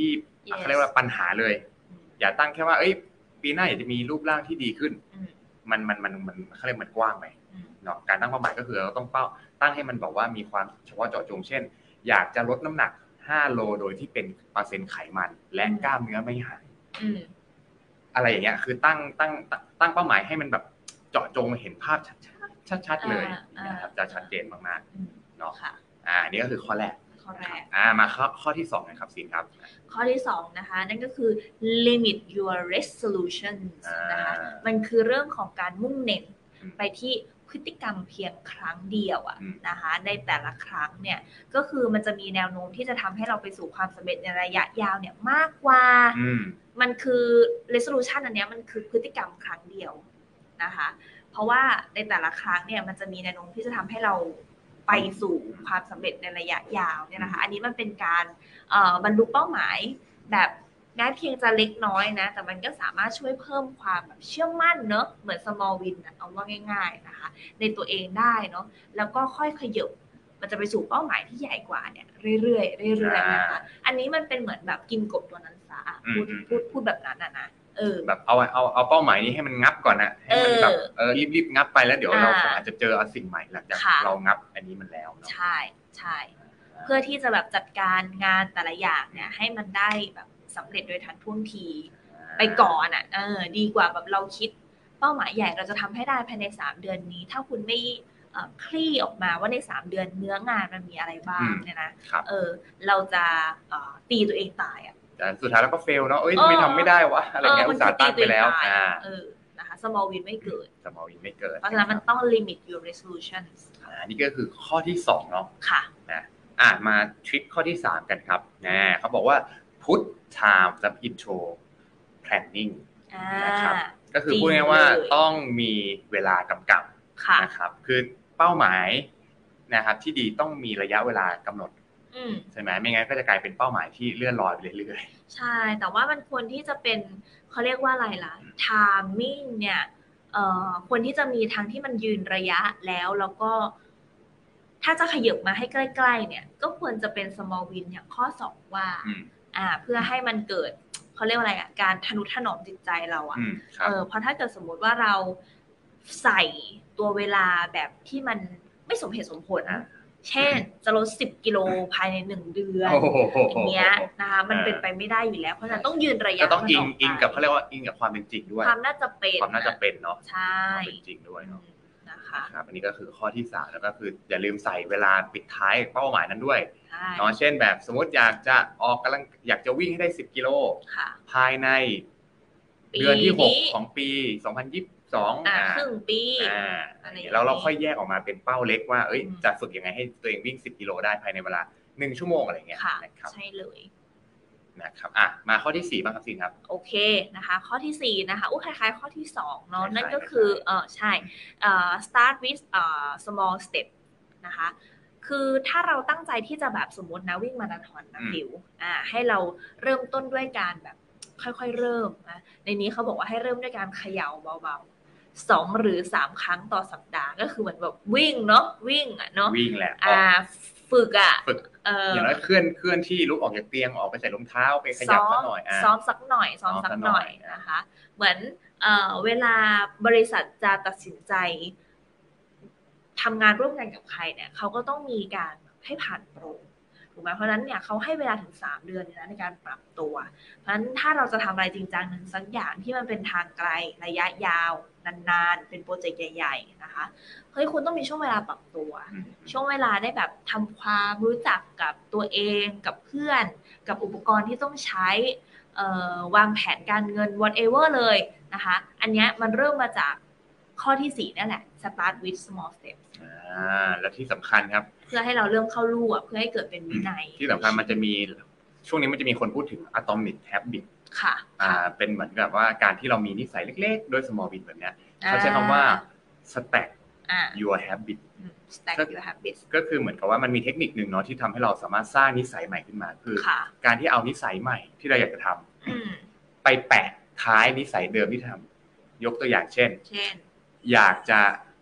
เขาเรียกว่าปัญหาเลยอย่าตั้งแค่ว่าเอ้ยปีหน้าอยากจะมีรูปร่างที่ดีขึ้นมันมันมันมันเขาเรียกมันกว้างไปเนาะการตั้งเป้าหมายก็คือเราต้องเป้าตั้งให้มันบอกว่ามีความเฉพาะเจาะจงเช่นอยากจะลดน้ำหนักห้าโลโดยที่เป็นเปอร์เซ็นต์ไขมันและกล้ามเนื้อไม่หายอะไรอย่างเงี้ยคือตั้งตั้งตั้งเป้าหมายให้มันแบบเจาะจงเห็นภาพชัดชัดๆเลยนะครับจะชัดเจนมากๆเนาะอ่านี่ก็คือข้อแรกข้อแรกอ่ามาข้อข้อที่สองนะครับซีนครับข้อที่สองนะคะนั่นก็คือ limit your resolutions นะคะมันคือเรื่องของการมุ่งเน้นไปที่พฤติกรรมเพียงครั้งเดียวอะนะคะในแต่ละครั้งเนี่ยก็คือมันจะมีแนวโน้มที่จะทำให้เราไปสู่ความสำเร็จในระยะยาวเนี่ยมากกว่ามันคือ resolution อันนี้มันคือพฤติกรรมครั้งเดียวนะคะเพราะว่าในแต่ละครั้งเนี่ยมันจะมีแนวโน้มที่จะทำให้เราไปสู่ความสำเร็จในระยะยาวเนี่ยนะคะอันนี้มันเป็นการบรรลุเป้าหมายแบบแม้เพียงจะเล็กน้อยนะแต่มันก็สามารถช่วยเพิ่มความแบบเชื่อมั่นเนอะเหมือน small win นะเอาว่าง่ายๆนะคะในตัวเองได้เนาะแล้วก็ค่อยขยับมันจะไปสู่เป้าหมายที่ใหญ่กว่าเนี่ยเรื่อยๆเรื่อยๆนะคะอันนี้มันเป็นเหมือนแบบกินกบตัวนั้นซะพูดพูดพูดแบบนั้นนะนะเออแบบเอาเอาเอาเป้าหมายนี้ให้มันงับก่อนนะให้มันแบบเออรีบๆงับไปแล้วเดี๋ยวเราอาจจะเจอสิ่งใหม่หลังจากเรางับอันนี้มันแล้วเนาะใช่ใช่เพื่อที่จะแบบจัดการงานแต่ละอย่างเนี่ยให้มันได้แบบสำเร็จโดยทันท่วงทีไปก่อนอ่ะเออดีกว่าแบบเราคิดเป้าหมายใหญ่เราจะทำให้ได้ภายในสามเดือนนี้ถ้าคุณไม่คลี่ออกมาว่าในสามเดือนเนื้องานมันมีอะไรบ้างเนี่ยนะเออเราจะตีตัวเองตายอ่ะแต่สุดท้ายแล้วก็เฟลเนาะเอ้ยไม่ทำไม่ได้วะอะไรเงี้ยอุตส่าห์ตั้งไปแล้วอ่าเออนะคะ small win ไม่เกิด small win ไม่เกิดเพราะฉะนั้นมันต้อง limit your resolutions อ่านี่ก็คือข้อที่สองเนาะค่ะนะอ่ะมาทริคข้อที่สามกันครับนะเขาบอกว่า put time into planning นะครับก็คือพูดง่ายๆว่าต้องมีเวลากำกับนะครับคือเป้าหมายนะครับที่ดีต้องมีระยะเวลากำหนดใช่ไหมไม่งั้นก็จะกลายเป็นเป้าหมายที่เลื่อนลอยไปเรื่อยๆใช่แต่ว่ามันควรที่จะเป็นเขาเรียกว่าอะไรล่ะ timing เนี่ยเอ่อควรที่จะมีทางที่มันยืนระยะแล้วแล้วก็ถ้าจะขยับมาให้ใกล้ๆเนี่ยก็ควรจะเป็น small win อย่างข้อสองว่าอ่าเพื่อให้มันเกิดเขาเรียกว่าอะไรอ่ะการทนุถนอมจิตใจเราอ่ะเออเพราะถ้าเกิดสมมติว่าเราใส่ตัวเวลาแบบที่มันไม่สมเหตุสมผลอ่ะเช่นจะลดสิบกิโลภายในหนึ่งเดือนอย่างเงี้ยนะคะมันเป็นไปไม่ได้อยู่แล้วเพราะฉะนั้นต้องยืนระยะก็ต้องอิงอิงกับเขาเรียกว่าอิงกับความเป็นจริงด้วยความน่าจะเป็นความน่าจะเป็นเนาะใช่ความเป็นจริงด้วยเนาะนะคะครับอันนี้ก็คือข้อที่สามแล้วก็คืออย่าลืมใส่เวลาปิดท้ายเป้าหมายนั้นด้วยเนาะเช่นแบบสมมติอยากจะออกกำลังอยากจะวิ่งให้ได้สิบกิโลภายในเดือนที่หกของปีสองพันยี่สิบสองอ่าครึ่งปีอ่าแล้วเราค่อยแยกออกมาเป็นเป้าเล็กว่าเอ้ยจะฝึกยังไงให้ตัวเองวิ่งสิบกิโลได้ภายในเวลาหนึ่งชั่วโมงอะไรเงี้ยนะครับใช่เลยนะครับอ่ะมาข้อที่สี่บ้างครับสิครับโอเคนะคะข้อที่สี่นะคะอู้คล้ายๆข้อที่สองเนาะนั่นก็คือเออใช่เอ่อ start with เอ่อ small step นะคะคือถ้าเราตั้งใจที่จะแบบสมมตินะวิ่งมาราธอนนะฟิวอ่าให้เราเริ่มต้นด้วยการแบบค่อยๆเริ่มนะในนี้เขาบอกว่าให้เริ่มด้วยการเขย่าเบาๆสองหรือสามครั้งต่อสัปดาห์ก็คือเหมือนแบบวิ่งเนาะวิ่งอ่ะเนาะวิ่งแหละอ่าฝึกอ่ะฝึกเอออย่างน้อยเคลื่อนเคลื่อนที่ลุกออกจากเตียงออกไปใส่รองเท้าไปขยับสักหน่อยซ้อมสักหน่อยซ้อมสักหน่อยนะคะเหมือนเอ่อเวลาบริษัทจะตัดสินใจทำงานร่วมกันกับใครเนี่ยเขาก็ต้องมีการให้ผ่านโปรถูกไหมเพราะนั้นเนี่ยเขาให้เวลาถึงสามเดือนนะในการปรับตัวเพราะฉะนั้นถ้าเราจะทำอะไรจริงจังหนึ่งสักอย่างที่มันเป็นทางไกลระยะยาวนานๆเป็นโปรเจกต์ใหญ่ๆนะคะเฮ้ยคุณต้องมีช่วงเวลาปรับตัวช่วงเวลาได้แบบทำความรู้จักกับตัวเองกับเพื่อนกับอุปกรณ์ที่ต้องใช้วางแผนการเงิน whatever เลยนะคะอันนี้มันเริ่มมาจากข้อที่สี่นั่นแหละ start with small steps อ่าและที่สำคัญครับเพื่อให้เราเริ่มเข้าลู่เพื่อให้เกิดเป็นวินัยที่สำคัญมันจะมีช่วงนี้มันจะมีคนพูดถึง atomic habit ค่ะอ่าเป็นเหมือนกับว่าการที่เรามีนิสัยเล็กๆด้วย small win แบบเนี้ยเขาใช้คำว่า stack your habit stack your habit ก็คือเหมือนกับว่ามันมีเทคนิคนึงเนาะที่ทำให้เราสามารถสร้างนิสัยใหม่ขึ้นมาคือการที่เอานิสัยใหม่ที่เราอยากจะทำไปแปะท้ายนิสัยเดิมที่ทำยกตัวอย่างเช่นอยากจะ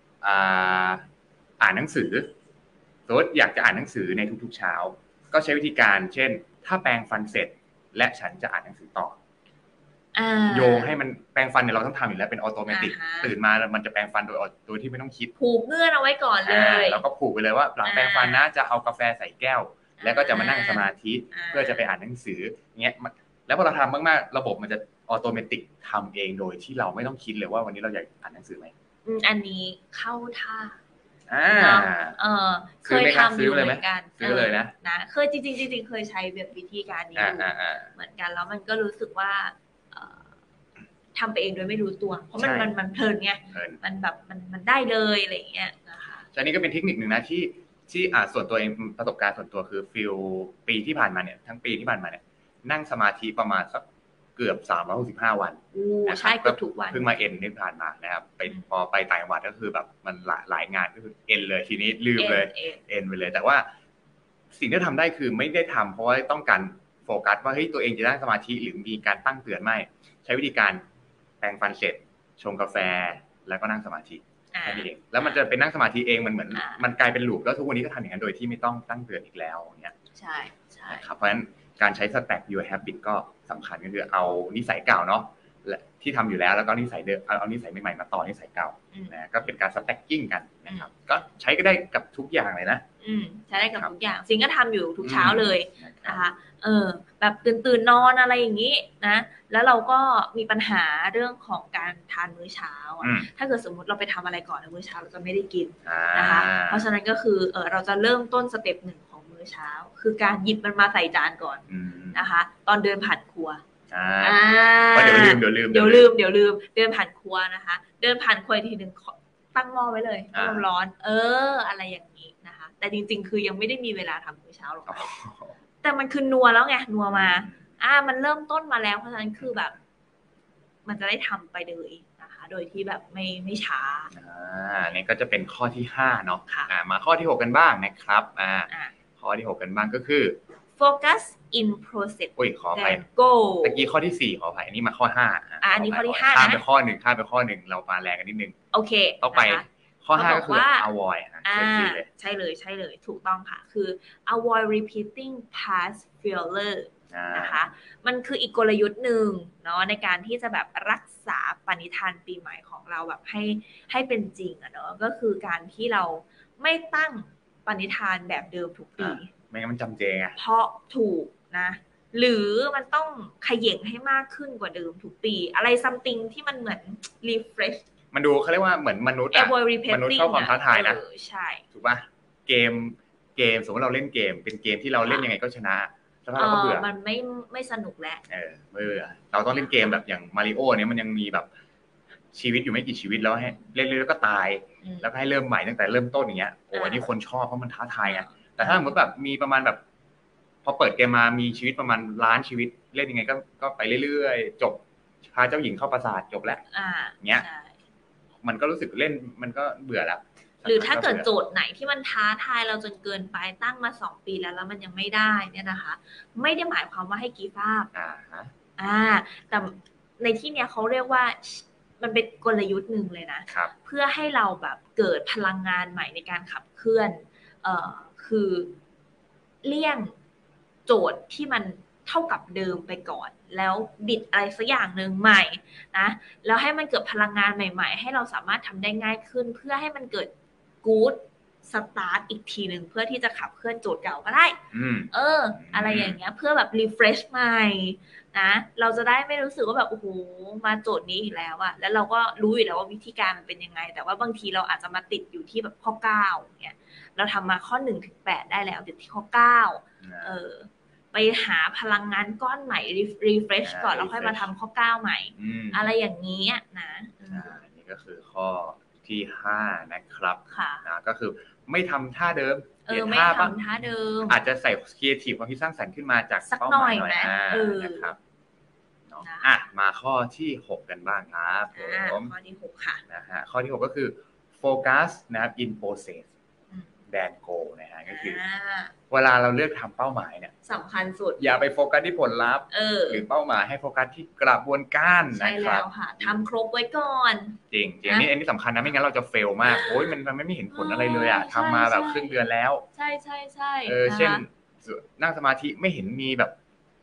อ่านหนังสือสมมติอยากจะอ่านหนังสือในทุกๆเช้าก็ใช้วิธีการเช่นถ้าแปรงฟันเสร็จและฉันจะอ่านหนังสือต่อโยงให้มันแปรงฟันเนี่ยเราต้องทำอยู่แล้วเป็นออโตเมติกตื่นมามันจะแปรงฟันโดยโดยที่ไม่ต้องคิดผูกเงื่อนเอาไว้ก่อนเลยแล้วก็ผูกไปเลยว่าหลังแปรงฟันนะจะเอากาแฟใส่แก้วแล้วก็จะมานั่งสมาธิเพื่อจะไปอ่านหนังสือเงี้ยแล้วพอเราทำมากๆระบบมันจะออโตเมติกทำเองโดยที่เราไม่ต้องคิดเลยว่าวันนี้เราอยากอ่านหนังสือไหมอันนี้เข้าท่าอ่าเออเคยทำอยู่เหมือนกันซื้อเลยนะนะเคยจริงๆจริงๆเคยใช้แบบวิธีการนี้อยู่เหมือนกันแล้วมันก็รู้สึกว่าทำไปเองโดยไม่รู้ตัวเพราะมันมันมันเพลินไงมันแบบมันมันได้เลยอะไรอย่างเงี้ยนะคะอันนี้ก็เป็นเทคนิคหนึ่งนะที่ที่อ่าส่วนตัวเองประสบการณ์ส่วนตัวคือฟิลปีที่ผ่านมาเนี่ยทั้งปีที่ผ่านมาเนี่ยนั่งสมาธิประมาณสักเกือบสามร้อยหกสิบห้าวันนะครับใช่เกือบทุกวันเพิ่งมาเอ็นที่ผ่านมานะครับไปพอไปต่างจังหวัดก็คือแบบมันหลายหลายงานก็คือเอ็นเลยทีนี้ลืมเลยเอ็นไปเลยแต่ว่าสิ่งที่ทำได้คือไม่ได้ทำเพราะว่าต้องการโฟกัสว่าเฮ้ยตัวเองจะนั่งสมาธิหรือมีการตั้งเตือนไม่ใช้วิธีการแปรงฟันเสร็จชงกาแฟแล้วก็นั่งสมาธิแค่นี้เองแล้วมันจะเป็นนั่งสมาธิเองมันเหมือนมันกลายเป็นลูปแล้วทุกวันนี้ก็ทำอย่างนั้นโดยที่ไม่ต้องตั้งเตือนอีกแล้วอย่างเงี้ยใช่ใช่ครับเพราะฉะนั้นการใช้ stack your habit ก็สำคัญก็คือเอานิสัยเก่าเนาะที่ทำอยู่แล้วแล้วก็นิสัยเดิมเอานิสัยใหม่ๆมาต่อนิสัยเก่านะก็เป็นการ stacking กันนะครับก็ใช้ก็ได้กับทุกอย่างเลยนะอืมใช้ได้กับทุกอย่างซิงก็ทำอยู่ทุกเช้าเลยนะคะเออแบบตื่นๆนอนอะไรอย่างนี้นะแล้วเราก็มีปัญหาเรื่องของการทานมื้อเช้าถ้าเกิดสมมติเราไปทำอะไรก่อนในมื้อเช้าเราจะไม่ได้กินนะคะเพราะฉะนั้นก็คือเออเราจะเริ่มต้นสเต็ปหนึ่งของมื้อเช้าคือการหยิบมันมาใส่จานก่อนนะคะตอนเดินผ่านครัวเดี๋ยวลืมเดี๋ยวลืมเดี๋ยวลืมเดี๋ยวลืมเดินผ่านครัวนะคะเดินผ่านครัวทีนึงตั้งหม้อไว้เลยความร้อนเอออะไรอย่างนี้นะคะแต่จริงๆคือยังไม่ได้มีเวลาทำมื้อเช้าหรอกแต่มันคือนัวแล้วไงนัวมาอ่ามันเริ่มต้นมาแล้วเพราะฉะนั้นคือแบบมันจะได้ทำไปเลยนะคะโดยที่แบบไม่ไม่ช้าอ่านี่ก็จะเป็นข้อที่ห้าเนาะอ่ามาข้อที่หกกันบ้างนะครับอ่าข้อที่หกกันบ้างก็คือ focus in process อุ้ยขอไป go ตะกี้ข้อที่สี่ขอไปอันนี้มาข้อห้าอ่าอันนี้ข้อที่ห้านะข้ามไปข้อหนึ่งข้ามไปข้อหนึ่งเรามาแรงกันนิดนึงโอเคต้องไปข้อห้าก็คือ avoid อ่าใช่เลยใช่เลยถูกต้องค่ะคือ avoid repeating past failure นะคะมันคืออีกกลยุทธ์หนึ่งเนาะในการที่จะแบบรักษาปณิธานปีใหม่ของเราแบบให้ให้เป็นจริงอะเนาะก็คือการที่เราไม่ตั้งปณิธานแบบเดิมทุกปีไม่งั้นมันจำเจไงเพราะถูกนะหรือมันต้องขย่งให้มากขึ้นกว่าเดิมทุกปีอะไรซัมติงที่มันเหมือน refresh มันดูเขาเรียกว่าเหมือนมนุษย์อะมนุษย์ชอบความท้าทายนะใช่ถูกป่ะเกมเกมสมมติเราเล่นเกมเป็นเกมที่เราเล่นยังไงก็ชนะแล้วเราก็เบื่อมันไม่ไม่สนุกแล้วเออเบื่อเราต้องเล่นเกมแบบอย่างมาริโอเนี่ยมันยังมีแบบชีวิตอยู่ไม่กี่ชีวิตแล้วให้เล่นๆแล้วก็ตายแล้วก็ให้เริ่มใหม่ตั้งแต่เริ่มต้นอย่างเงี้ยโอ้อันนี้คนชอบเพราะมันท้าทายไงแต่ถ้าสมมติแบบมีประมาณแบบพอเปิดเกมมามีชีวิตประมาณล้านชีวิตเล่นยังไงก็ก็ไปเรื่อยๆจบพาเจ้าหญิงเข้าปราสาทจบแล้วเงี้ยมันก็รู้สึกเล่นมันก็เบื่อแล้วหรือถ้าเกิดโจทย์ไหนที่มันท้าทายเราจนเกินไปตั้งมาสองปีแล้วแล้วมันยังไม่ได้เนี่ยนะคะไม่ได้หมายความว่าให้กีฟาบอ่าอ่าแต่ในที่เนี้ยเขาเรียกว่ามันเป็นกลยุทธ์หนึ่งเลยนะเพื่อให้เราแบบเกิดพลังงานใหม่ในการขับเคลื่อนเอ่อคือเลี่ยงโจทย์ที่มันเท่ากับเดิมไปก่อนแล้วบิดอะไรสักอย่างนึงใหม่นะแล้วให้มันเกิดพลังงานใหม่ๆให้เราสามารถทำได้ง่ายขึ้นเพื่อให้มันเกิดกู๊ดสตาร์ทอีกทีนึงเพื่อที่จะขับเคลื่อนโจทย์เก่าก็ได้เอออะไรอย่างเงี้ยเพื่อแบบรีเฟรชใหม่นะเราจะได้ไม่รู้สึกว่าแบบโอ้โหมาโจทย์นี้อีกแล้วอะแล้วเราก็รู้อยู่แล้วว่าวิธีการมันเป็นยังไงแต่ว่าบางทีเราอาจจะมาติดอยู่ที่แบบข้อเก้าเนี่ยเราทำมาข้อหนึ่งถึงแปดได้แล้วติดที่ข้อเก้าเออไปหาพลังงานก้อนใหม่รีเฟรชก่อนแล้วค่อยมาทำข้อเก้าใหม่อะไรอย่างนี้นะนี่ก็คือข้อที่ห้านะครับนะก็คือไม่ทำท่าเดิมเปลี่ยนท่าบ้างท่าเดิมอาจจะใส่ครีเอทีฟความคิดสร้างสรรค์ขึ้นมาจากเป้าหมายหน่อยนะครับอ่ะมาข้อที่หกกันบ้างครับผมข้อที่หกค่ะนะฮะข้อที่หกก็คือโฟกัสนะครับ in process than goal นะฮะก็คือเวลาเราเลือกทำเป้าหมายเนี่ยสำคัญสุดอย่าไปโฟกัสที่ผลลัพธ์หรือเป้าหมายให้โฟกัสที่กระบวนการนะครับใช่แล้วค่ะทำครบไว้ก่อนจริงจริงนี่อันนี้สำคัญนะไม่งั้นเราจะเฟลมากโอ้ยมันมันไม่เห็นผลอะไรเลยอ่ะทำมาแบบครึ่งเดือนแล้วใช่ใช่ใช่เออเช่นนั่งสมาธิไม่เห็นมีแบบ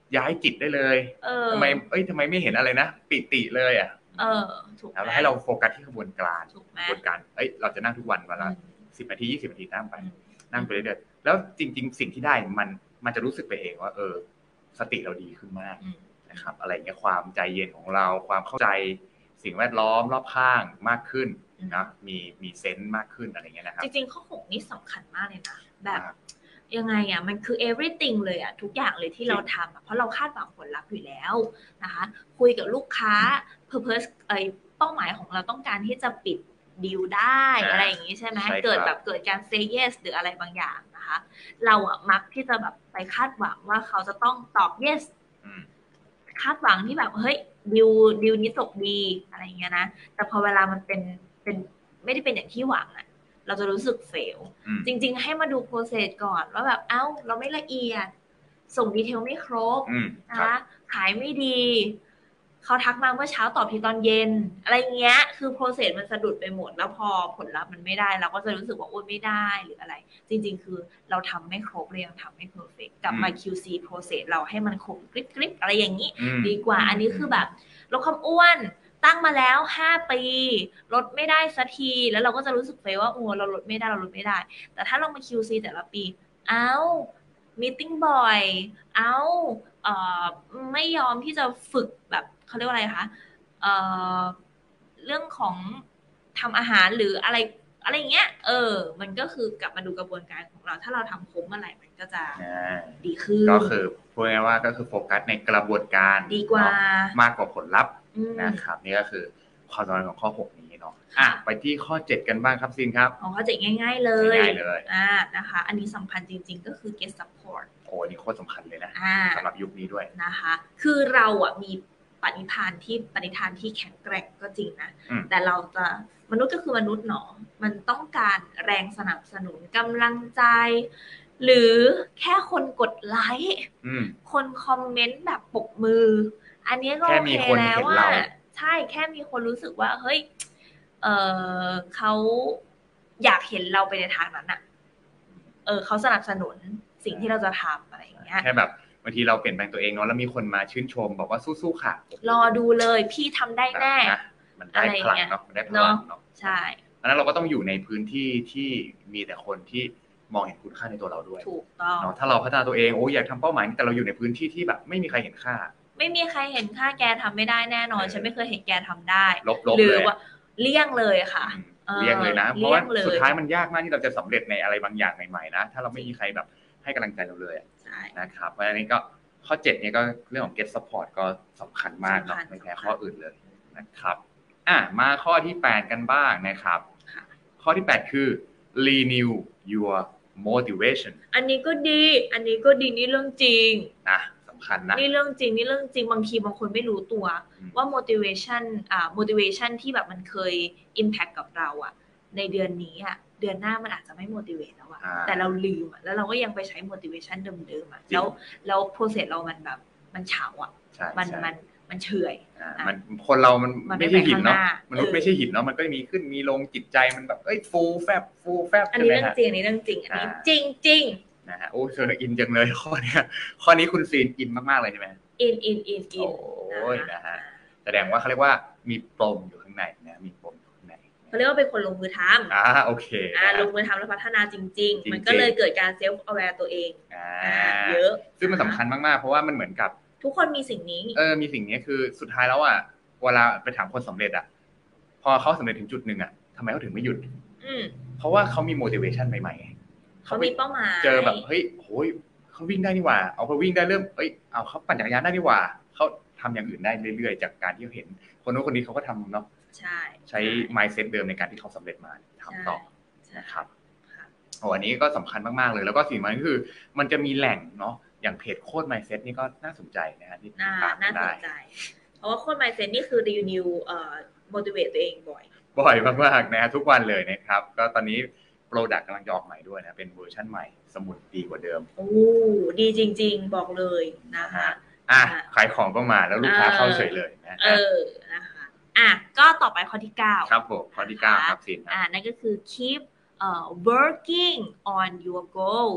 ย้ายจิตได้เลยทำไมเอ้ยทำไมไม่เห็นอะไรนะปิติเลยอ่ะเออถูกแล้วให้เราโฟกัสที่กระบวนการกระบวนการเอ้ยเราจะนั่งทุกวันวันละสิบนาทียี่สิบนาทีนั่งไปนั่งไปเรื่อยๆแล้วจริงๆสิ่งที่ได้มันมันจะรู้สึกไปเองว่าเออสติเราดีขึ้นมากนะครับอะไรเงี้ยความใจเย็นของเราความเข้าใจสิ่งแวดล้อมรอบข้างมากขึ้นนะมีมีเซนส์มากขึ้นอะไรเงี้ยนะครับจริงๆข้อหกนี่สำคัญมากเลยนะแบบยังไงอ่ะมันคือ everything เลยอ่ะทุกอย่างเลยที่เราทำเพราะเราคาดหวังผลลัพธ์อยู่แล้วนะคะคุยกับลูกค้า purpose เอ่ยเป้าหมายของเราต้องการที่จะปิดดีลได้อะไรอย่างนี้ใช่ไหมเกิดแบบเกิดการ say yes หรืออะไรบางอย่างนะคะเราอ่ะมักที่จะแบบไปคาดหวังว่าเขาจะต้องตอบ yes คาดหวังที่แบบเฮ้ยดิวดิวนี้จบดีอะไรอย่างเงี้ยนะแต่พอเวลามันเป็นเป็นไม่ได้เป็นอย่างที่หวังอ่ะเราจะรู้สึกเฟลจริงๆให้มาดูโปรเซสก่อนว่าแบบเอ้าเราไม่ละเอียดส่งดีเทลไม่ครบนะคะขายไม่ดีเขาทักมาเมื่อเช้าตอบทีตอนเย็นอะไรเงี้ยคือโปรเซสมันสะดุดไปหมดแล้วพอผลลัพธ์มันไม่ได้เราก็จะรู้สึกว่าโอ๊ยไม่ได้หรืออะไรจริงๆคือเราทำไม่ครบเลยยังทำไม่เพอร์เฟกต์กลับมา คิว ซี process เราให้มันครบกริบๆอะไรอย่างนี้ดีกว่าอันนี้คือแบบลดความอ้วนตั้งมาแล้วห้าปีลดไม่ได้สักทีแล้วเราก็จะรู้สึกเฟลว่าโอ้เราลดไม่ได้เราลดไม่ได้แต่ถ้าเรามา คิว ซี แต่ละปีเอ้ามีตติ้งบ่อยเอ้าเอ่อไม่ยอมที่จะฝึกแบบเขาเรียกว่าอะไรคะเอ่อเรื่องของทำอาหารหรืออะไรอะไรเงี้ยเออมันก็คือกลับมาดูกระบวนการของเราถ้าเราทำครบเมื่อไหร่มันก็จะดีขึ้นก็คือพูดง่ายๆว่าก็คือโฟกัสในกระบวนการดีกว่ามากกว่าผลลัพธ์นะครับนี่ก็คือความสำคัญของข้อหกนี้เนาะอ่ะไปที่ข้อเจ็ดกันบ้างครับซินครับอ๋อข้อเจ็ดง่ายๆเลยง่ายๆเลยอ่านะคะอันนี้สำคัญจริงๆก็คือ get support โอ้นี่โคตรสำคัญเลยนะสำหรับยุคนี้ด้วยนะคะคือเราอ่ะมีปณิธานที่ปณิธานที่แข็งแกร่งก็จริงนะแต่เราจะมนุษย์ก็คือมนุษย์หนอมันต้องการแรงสนับสนุนกำลังใจหรือแค่คนกดไลค์คนคอมเมนต์แบบปรบมืออันนี้ก็โอเคแล้วว่าใช่แค่มีคนรู้สึกว่าเฮ้ยเออเขาอยากเห็นเราไปในทางนั้นอ่ะเออเขาสนับสนุนสิ่งที่เราจะทำอะไรอย่างเงี้ยแค่แบบบางทีเราเปลี่ยนแปลงตัวเองเนาะแล้วมีคนมาชื่นชมบอกว่าสู้ๆค่ะรอดูเลยพี่ทำได้แน่มันได้พลังเนาะมันได้พลังเนาะใช่อันนั้นเราก็ต้องอยู่ในพื้นที่ที่มีแต่คนที่มองเห็นคุณค่าในตัวเราด้วยถูกต้องเนาะถ้าเราพัฒนาตัวเองโอ้อยากทำเป้าหมายแต่เราอยู่ในพื้นที่ที่แบบไม่มีใครเห็นค่าไม่มีใครเห็นค่าแกทำไม่ได้แน่นอนฉันไม่เคยเห็นแกทำได้ลบๆหรือว่าเลี่ยงเลยค่ะเลี่ยงเลยนะเพราะว่าสุดท้ายมันยากมากที่เราจะสำเร็จในอะไรบางอย่างใหม่ๆนะถ้าเราไม่มีใครแบบให้กำลังใจเราเลยนะครับเพราะฉะนั้นก็ข้อเจ็ดนี่ก็เรื่องของ get support ก็สำคัญมากเนาะไม่แพ้ข้ออื่นเลยนะครับอ่ะมาข้อที่แปดกันบ้างนะครับข้อที่แปดคือ renew your motivation อันนี้ก็ดีอันนี้ก็ดีนี่เรื่องจริงนะสำคัญนะนี่เรื่องจริงนี่เรื่องจริงบางทีบางคนไม่รู้ตัวว่า motivation อ่า motivation ที่แบบมันเคย impact กับเราอะในเดือนนี้อะเดือนหน้ามันอาจจะไม่ motivate แล้วอะแต่เราลืมอะแล้วเราก็ยังไปใช้ motivation เดิมๆอะแล้วแล้ว process เรามันแบบมันเฉาอะมันมันมันเฉื่อยมันคนเรามันไม่ใช่หินเนาะมนุษย์ไม่ใช่หินเนาะมันก็มีขึ้นมีลงจิตใจมันแบบเอ้ยฟูแฟบฟูแฟบอันนี้เรื่องจริงอันนี้เรื่องจริงอันนี้จริงจริงนะฮะโอ้เชิญอินจังเลยข้อนี้ข้อนี้คุณซีนอินมากๆเลยใช่ไหมอินอินอินอินโอ้ยนะฮะแสดงว่าเขาเรียกว่ามีปมอยู่ข้างในนะมีปมอยู่ข้างในเขาเรียกว่าเป็นคนลงมือทำอ่าโอเคอ่าลงมือทำแล้วพัฒนาจริงๆมันก็เลยเกิดการเซลฟ์อแวร์ตัวเองอ่าเยอะซึ่งมันสำคัญมากๆเพราะว่ามันเหมือนกับทุกคนมีสิ่งนี้เออมีสิ่งนี้คือสุดท้ายแล้วอ่ะเวลาไปถามคนสำเร็จอ่ะพอเขาสำเร็จถึงจุดหนึ่งอ่ะทำไมเขาถึงไม่หยุดเพราะว่าเขามี motivation ใหม่ๆเขามีเป้าหมายเจอแบบเฮ้ยโหยเขาวิ่งได้นี่หว่าเอาพอวิ่งได้เริ่มเอ้ยเอาเขาปั่นจักรยานได้นี่หว่าเขาทำอย่างอื่นได้เรื่อยๆจากการที่เขาเห็นคนโน้นคนนี้เขาก็ทำเนาะใช่ใช้ mindset เดิมในการที่เขาสำเร็จมาทำต่อนะครับโอ้อันนี้ก็สำคัญมากๆเลยแล้วก็สิ่งมันก็คือมันจะมีแหล่งเนาะอย่างเพจโค้ด mindset นี่ก็น่าสนใจนะฮะที่ติดตามได้น่าสนใจเพราะว่าโค้ด mindset นี่คือ renew เอ่อ motivate ตัวเองบ่อยบ่อยมากๆนะทุกวันเลยนะครับก็ตอนนี้ product กำลังจะออกใหม่ด้วยนะเป็นเวอร์ชั่นใหม่สมุดดีกว่าเดิมโอ้ดีจริงๆบอกเลยนะคะอ่ะขายของก็มาแล้วลูกค้าเข้าเฉยเลยนะเออนะคะอ่ะก็ต่อไปข้อที่เก้าครับผมข้อที่เก้าครับสินอ่ะนั่นก็คือ keep uh, working on your goals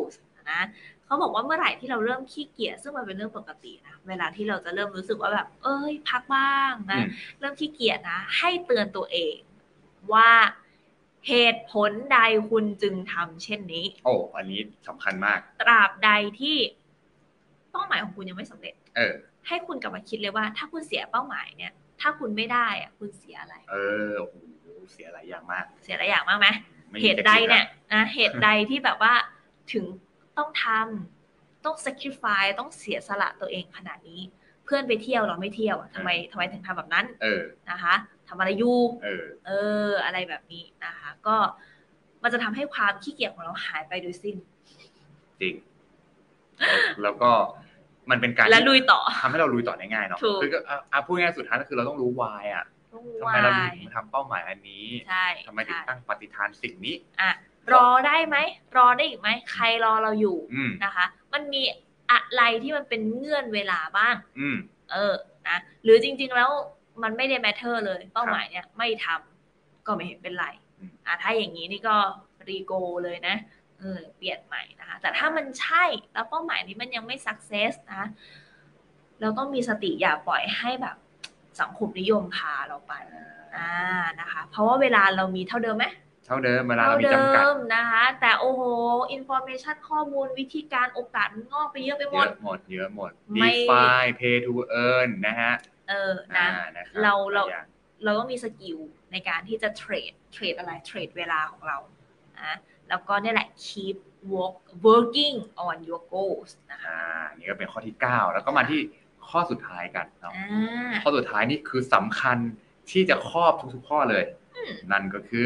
นะเขาบอกว่าเมื่อไหร่ที่เราเริ่มขี้เกียจซึ่งมันเป็นเรื่องปกตินะเวลาที่เราจะเริ่มรู้สึกว่าแบบเอ้ยพักบ้างนะเริ่มขี้เกียจนะให้เตือนตัวเองว่าเหตุผลใดคุณจึงทำเช่นนี้โอ้อันนี้สำคัญมากตราบใดที่เป้าหมายของคุณยังไม่สำเร็จเออให้คุณกลับมาคิดเลยว่าถ้าคุณเสียเป้าหมายเนี่ยถ้าคุณไม่ได้อะคุณเสียอะไรเออโอ้โหเสียหลายอย่างมากเสียหลายอย่างมากไหมเหตุใดเนี่ยนะเหตุใดที่แบบว่าถึงต้องทำต้อง sacrifice ต้องเสียสละตัวเองขนาดนี้เพื่อนไปเที่ยวเราไม่เที่ยวทำไมทำไมถึงทำแบบนั้นเออนะคะทำอะไรอยู่เออเอออะไรแบบนี้นะคะก็มันจะทำให้ความขี้เกียจของเราหายไปโดยสิ้นจริงแล้วก็มันเป็นการและลุยต่อทำให้เราลุยต่อได้ง่ายเนาะคือก็อ่ะพูดง่ายสุดท้ายก็คือเราต้องรู้ why อ่ะทำไมเราถึงทำเป้าหมายอันนี้ทำไมถึงตั้งปฏิฐานสิ่งนี้อ่ะรอได้ไหมรอได้อีกไหมใครรอเราอยู่นะคะมันมีอะไรที่มันเป็นเงื่อนเวลาบ้างเออนะหรือจริงๆแล้วมันไม่ได้ matter เลยเป้าหมายเนี่ยไม่ทำก็ไม่เห็นเป็นไรอ่ะถ้าอย่างนี้นี่ก็รีโกเลยนะเออเปลี่ยนใหม่นะคะแต่ถ้ามันใช่แล้วเป้าหมายนี้มันยังไม่ success นะเราต้องมีสติอย่าปล่อยให้แบบสังคมนิยมพาเราไปอ่านะคะเพราะว่าเวลาเรามีเท่าเดิมไหมเท่าเดิมเวลาเรามีจำกัดนะคะแต่โอ้โหอินฟอร์เมชันข้อมูลวิธีการโอกาสงอกไปเยอะไปหมดเยอะหมดเยอะหมด define pay to earn นะฮะเออนะเราเราเราต้องมีสกิลในการที่จะเทรดเทรดอะไรเทรดเวลาของเรานะแล้วก็นี่แหละ keep work working on your goals นะคะนี่ก็เป็นข้อที่เก้าแล้วก็มาที่ข้อสุดท้ายกันเนาะข้อสุดท้ายนี่คือสำคัญที่จะครอบทุกๆข้อเลยนั่นก็คือ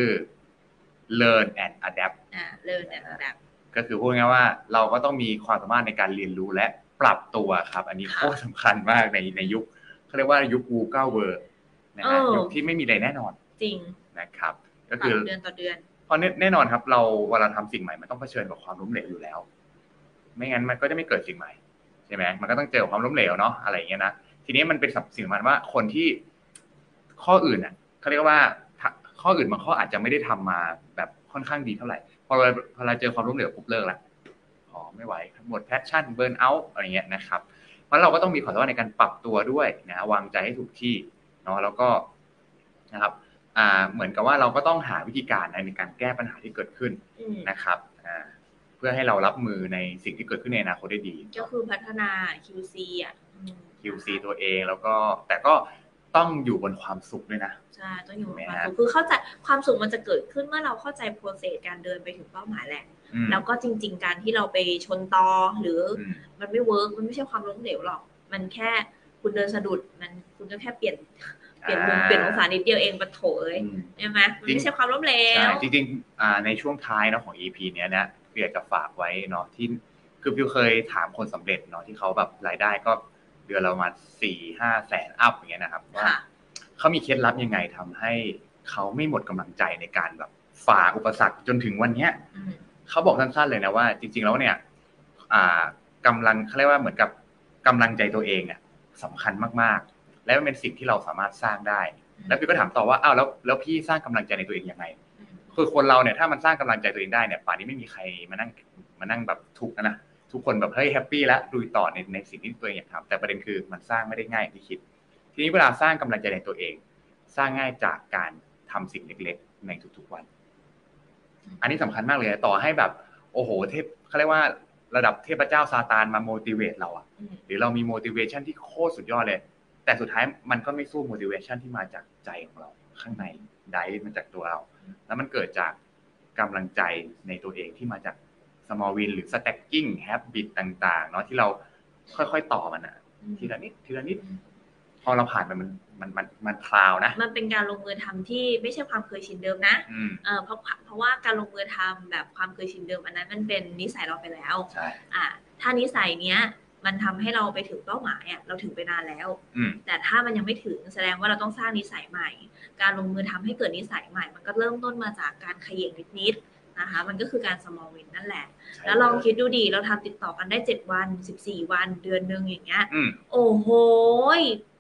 learn and adapt อ่า learn and adapt ก็คือพูดง่ายๆว่าเราก็ต้องมีความสามารถในการเรียนรู้และปรับตัวครับอันนี้โคตรสำคัญมากในในยุคเขาเรียกว่ายุค Google World นะฮะยุคที่ไม่มีอะไรแน่นอนจริงนะครับก็คือเดือนต่อเดือนเพราะแน่นอนครับเราเวลาทำสิ่งใหม่มันต้องเผชิญกับความล้มเหลวอยู่แล้วไม่งั้นมันก็จะไม่เกิดสิ่งใหม่ใช่ไหมมันก็ต้องเจอความล้มเหลวเนาะอะไรอย่างเงี้ยนะทีนี้มันเป็นสิ่งสำคัญว่าคนที่ข้ออื่นอ่ะเขาเรียกว่าข้ออื่นบางข้ออาจจะไม่ได้ทำมาแบบค่อนข้างดีเท่าไหร่พอเราพอเราเจอความล้มเหลวปุ๊บเลิกละอ๋อไม่ไหวหมดแพชชั่นเบิร์นเอาท์อะไรเงี้ยนะครับเพราะเราก็ต้องมีความสามารถในการปรับตัวด้วยนะวางใจให้ถูกที่เนาะแล้วก็นะครับอ่าเหมือนกับว่าเราก็ต้องหาวิธีการในการแก้ปัญหาที่เกิดขึ้นนะครับอ่าเพื่อให้เรารับมือในสิ่งที่เกิดขึ้นในอนาคตได้ดีก็คือพัฒนา คิว ซี อ่ะคิว ซี ตัวเองแล้วก็แต่ก็ต้องอยู่บนความสุขด้วยนะใช่ต้องอยู่บนความสุขคือเข้าใจความสุขมันจะเกิดขึ้นเมื่อเราเข้าใจโปรเซสการเดินไปถึงเป้าหมายแหละแล้วก็จริงๆการที่เราไปชนตอหรือมันไม่เวิร์กมันไม่ใช่ความล้มเหลวหรอกมันแค่คุณเดินสะดุดมันคุณก็แค่เปลี่ยนเปลี่ยนมุมเปลี่ยนองศานิดเดียวเองปะโถเอ้ยใช่ไหมมันไม่ใช่ความล้มเหลวใช่จริงๆในช่วงท้ายเนาะของ อี พี เนี้ยนะอยากจะฝากไว้เนาะที่คือพี่เคยถามคนสำเร็จเนาะที่เขาแบบรายได้ก็เดือนละประมาณ สี่ห้า แสนอัพอย่างเงี้ยนะครับว่าเขามีเคล็ดลับยังไงทำให้เขาไม่หมดกำลังใจในการแบบฝ่าอุปสรรคจนถึงวันเนี้ยเขาบอกสั้นๆเลยนะว่าจริงๆแล้วเนี่ยกำลังเขาเรียกว่าเหมือนกับกำลังใจตัวเองเนี่ยสำคัญมากๆและมันเป็นสิ่งที่เราสามารถสร้างได้แล้วพี่ก็ถามต่อว่าอ้าวแล้วแล้วพี่สร้างกำลังใจในตัวเองยังไงคือคนเราเนี่ยถ้ามันสร้างกำลังใจตัวเองได้เนี่ยป่านนี้ไม่มีใครมานั่งมานั่งแบบทุกข์นะทุกคนแบบเฮ้ยแฮปปี้แล้วลุยต่อในในสิ่งที่ตัวเองอยากทำแต่ประเด็นคือมันสร้างไม่ได้ง่ายอย่างที่คิดทีนี้เวลาสร้างกำลังใจในตัวเองสร้างง่ายจากการทำสิ่งเล็กๆในทุกๆวันอันนี้สำคัญมากเลยต่อให้แบบโอ้โหเทพเขาเรียกว่าระดับเทพเจ้าซาตานมาโมทิเวตเราอะหรือเรามี motivation ที่โคตรสุดยอดเลยแต่สุดท้ายมันก็ไม่สู้ motivation ที่มาจากใจของเราข้างในได้มาจากตัวเราแล้วมันเกิดจากกำลังใจในตัวเองที่มาจาก small win หรือ stacking habit ต่างๆเนาะที่เราค่อยๆต่อมันอะทีละนิดทีละนิดพอเราผ่านไปมันมันมันมันคลาวนะมันเป็นการลงมือทำที่ไม่ใช่ความเคยชินเดิมนะเออเพราะเพราะว่าการลงมือทำแบบความเคยชินเดิมอันนั้นมันเป็นนิสัยเราไปแล้วใช่อ่าถ้านิสัยเนี้ยมันทำให้เราไปถึงเป้าหมายอ่ะเราถึงไปนานแล้วแต่ถ้ามันยังไม่ถึงแสดงว่าเราต้องสร้างนิสัยใหม่การลงมือทำให้เกิดนิสัยใหม่มันก็เริ่มต้นมาจากการเขย่งนิดๆนะคะมันก็คือการ small win นั่นแหละแล้วลองคิดดูดิเราทำติดต่อกันได้เจ็ดวันสิบสี่วันเดือนนึงอย่างเงี้ยโอ้โห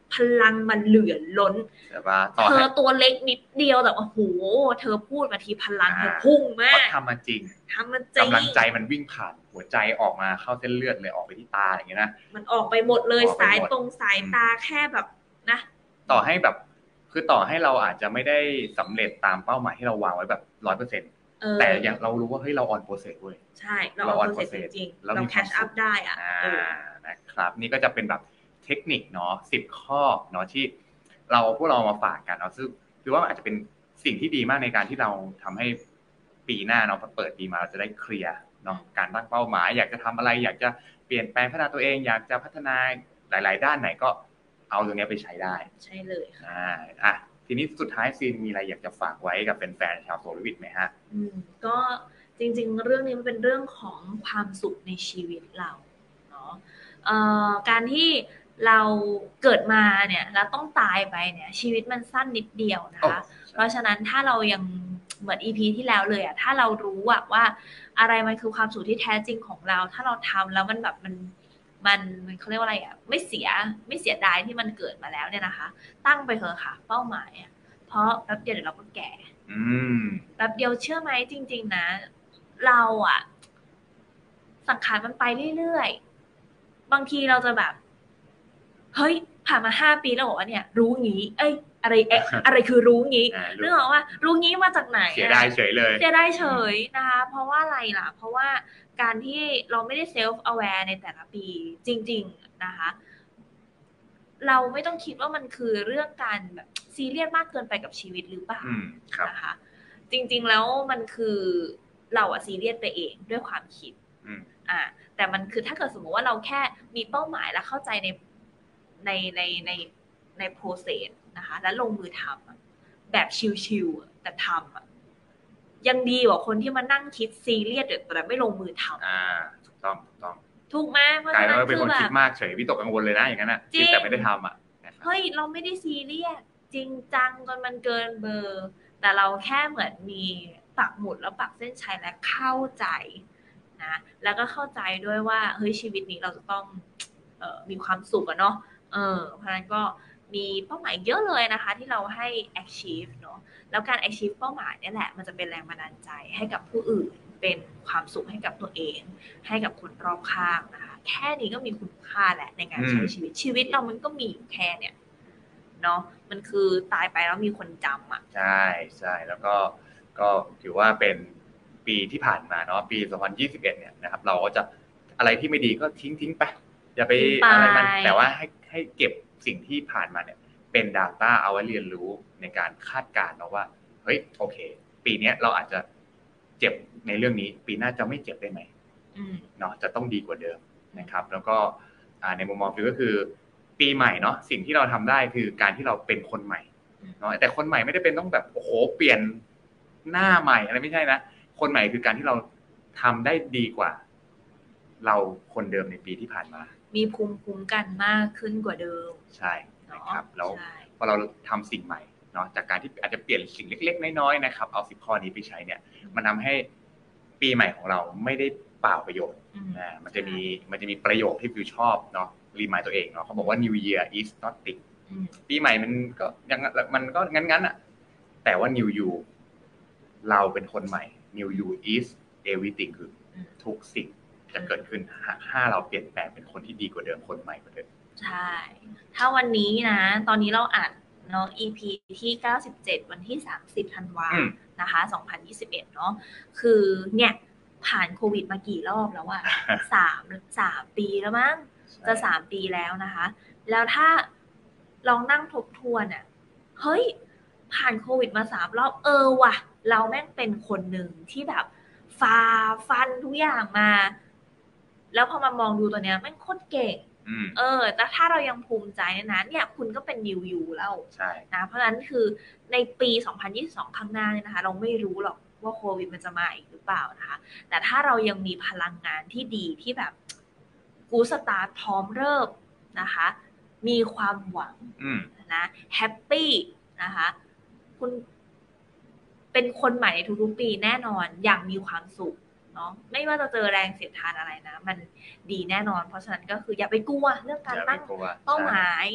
พลังมันเหลือล้นเธอตัวเล็กนิดเดียวแต่ว่าโหเธอพูดมาทีพลังเธอพุ่งมากทำมาจริงทำมาจริงกำลังใจมันวิ่งผ่านหัวใจออกมาเข้าเส้นเลือดเลยออกไปที่ตาอย่างเงี้ยนะมันออกไปหมดเลยสายตรงสายตาแค่แบบนะต่อให้แบบคือต่อให้เราอาจจะไม่ได้สำเร็จตามเป้าหมายที่เราวางไว้แบบร้อยเปอร์เซ็นต์แต่อย่างเรารู้ว่าเฮ้ยเราออนโปรเซสเว้ยใช่เราออนโปรเซสจริงๆเราแคชอัพได้อ่ะนะครับนี่ก็จะเป็นแบบเทคนิคเนาะสิบข้อเนาะที่เราพวกเรามาฝากกันเนาะซึ่งคือว่าอาจจะเป็นสิ่งที่ดีมากในการที่เราทำให้ปีหน้าเนาะพอเปิดปีมาเราจะได้เคลียร์เนาะการตั้งเป้าหมายอยากจะทำอะไรอยากจะเปลี่ยนแปลงพัฒนาตัวเองอยากจะพัฒนาหลายๆด้านไหนก็เอาตรงนี้ไปใช้ได้ใช่เลยค่ะอ่ะทีนี้สุดท้ายซีนมีอะไรอยากจะฝากไว้กับแฟนๆชาวโซลวิทไหมฮะอืมก็จริงๆเรื่องนี้มันเป็นเรื่องของความสุขในชีวิตเราเนาะเอ่อการที่เราเกิดมาเนี่ยแล้วต้องตายไปเนี่ยชีวิตมันสั้นนิดเดียวนะคะเพราะฉะนั้นถ้าเรายังเหมือน อี พี ที่แล้วเลยอะถ้าเรารู้อะว่าอะไรมันคือความสุขที่แท้จริงของเราถ้าเราทำแล้วมันแบบมันมันมันเขาเรียกว่าอะไรอ่ะไม่เสียไม่เสียดายที่มันเกิดมาแล้วเนี่ยนะคะตั้งไปเถอะค่ะเป้าหมายอ่ะเพราะแป๊บเดียวเดี๋ยวเราก็แก่แป๊บเดียวเชื่อไหมจริงๆนะเราอ่ะสังขารมันไปเรื่อยๆบางทีเราจะแบบเฮ้ยผ่านมาห้าปีแล้วบอกว่าเนี่ยรู้งี้เอ้ยอะไรเอ๊ะอะไรคือรู้งี้เรื่องของว่ารู้งี้มาจากไหนเสียดายเฉยเลยเสียดายเฉยนะคะเพราะว่าอะไรล่ะเพราะว่าการที่เราไม่ได้เซลฟ์อแวร์ในแต่ละปีจริงๆนะคะเราไม่ต้องคิดว่ามันคือเรื่องการแบบซีเรียสมากเกินไปกับชีวิตหรือเปล่านะคะจริงๆแล้วมันคือเราอะซีเรียสไปเองด้วยความคิดอ่าแต่มันคือถ้าเกิดสมมติว่าเราแค่มีเป้าหมายและเข้าใจในในในในในโปรเซสนะคะแล้วลงมือทำแบบชิวๆแต่ทำยังดีกว่าคนที่มานั่งคิดซีเรียสแต่ไม่ลงมือทำอ่าถูกต้องถูกต้องถูกไหมเพราะฉะนั้นคือแบบเป็นคนคิดมากเฉยวิตกกังวลเลยนะอย่างนั้นอ่ะแต่ไม่ได้ทำอ่ะเฮ้ยเราไม่ได้ซีเรียสจริงจังจนมันเกินเบอร์แต่เราแค่เหมือนมีปักหมุดแล้วปักเส้นชัยและเข้าใจนะแล้วก็เข้าใจด้วยว่าเฮ้ยชีวิตนี้เราจะต้องเอ่อมีความสุขอะเนาะเออเพราะฉะนั้นก็มีเป้าหมายเยอะเลยนะคะที่เราให้ achieve เนาะแล้วการ achieve เป้าหมายนี่แหละมันจะเป็นแรงบันดาลใจให้กับผู้อื่นเป็นความสุขให้กับตัวเองให้กับคนรอบข้างนะคะแค่นี้ก็มีคุณค่าแหละในการใช้ชีวิตชีวิตเรามันก็มีแค่เนี่ยเนาะมันคือตายไปแล้วมีคนจำอ่ะใช่ใช่แล้วก็ก็ถือว่าเป็นปีที่ผ่านมาเนาะปีสองพันยี่สิบเอ็ดเนี่ยนะครับเราก็จะอะไรที่ไม่ดีก็ทิ้งทิ้งไปอย่าไปอะไรมันแต่ว่าให้ให้เก็บสิ่งที่ผ่านมาเนี่ยเป็น data เอาไว้เรียนรู้ในการคาดการณ์เนาะว่าเฮ้ยโอเคปีนี้เราอาจจะเจ็บในเรื่องนี้ปีหน้าจะไม่เจ็บได้ไหมเนาะจะต้องดีกว่าเดิมนะครับแล้วก็ในมุมมองฟิวก็คือปีใหม่เนาะสิ่งที่เราทำได้คือการที่เราเป็นคนใหม่เนาะแต่คนใหม่ไม่ได้เป็นต้องแบบโอ้โหเปลี่ยนหน้าใหม่อะไรไม่ใช่นะคนใหม่คือการที่เราทำได้ดีกว่าเราคนเดิมในปีที่ผ่านมามีภูมิคุ้มกันมากขึ้นกว่าเดิมใช่นะครับแล้วพอเราทำสิ่งใหม่เนาะจากการที่อาจจะเปลี่ยนสิ่งเล็กๆน้อยๆนะครับเอาสิบข้อนี้ไปใช้เนี่ยมันทำให้ปีใหม่ของเราไม่ได้เปล่าประโยชน์นะมันจะมีมันจะมีประโยคที่ฟิวชอบเนาะรีมายตัวเองเนาะเขาบอกว่า New Year is nothing ปีใหม่มันก็ยังมันก็งั้นๆอ่ะแต่ว่า New You เราเป็นคนใหม่ New You is everything คือทุกสิ่งจะเกิดขึ้นถ้าเราเปลี่ยนแปลงเป็นคนที่ดีกว่าเดิมคนใหม่กว่าเดิมใช่ถ้าวันนี้นะตอนนี้เราอ่านเนาะ อี พี ที่เก้าสิบเจ็ดวันที่สามสิบธันวาคมนะคะสองพันยี่สิบเอ็ดเนาะคือเนี่ยผ่านโควิดมากี่รอบแล้วอะสามสามปีแล้วมั้งจะสามปีแล้วนะคะแล้วถ้าลองนั่งทบทวนอะเฮ้ยผ่านโควิดมาสามรอบเออว่ะเราแม่งเป็นคนหนึ่งที่แบบฝ่าฟันทุกอย่างมาแล้วพอมามองดูตัวเนี้ยแม่งโคตรเก่งเออแต่ถ้าเรายังภูมิใจนะเนี่ยคุณก็เป็น New You แล้วนะเพราะฉะนั้นคือในปีสองพันยี่สิบสองข้างหน้าเนี่ยนะคะเราไม่รู้หรอกว่าโควิดมันจะมาอีกหรือเปล่านะคะแต่ถ้าเรายังมีพลังงานที่ดีที่แบบกูสตาร์ทพร้อมเริ่มนะคะมีความหวังนะแฮปปี้นะคะคุณเป็นคนใหม่ในทุกๆปีแน่นอนอย่างมีความสุขเนาะไม่ว่าจะเจอแรงเสียดทานอะไรนะมันดีแน่นอนเพราะฉะนั้นก็คืออย่าไปกลัวเรื่องการตั้งเป้าหมาย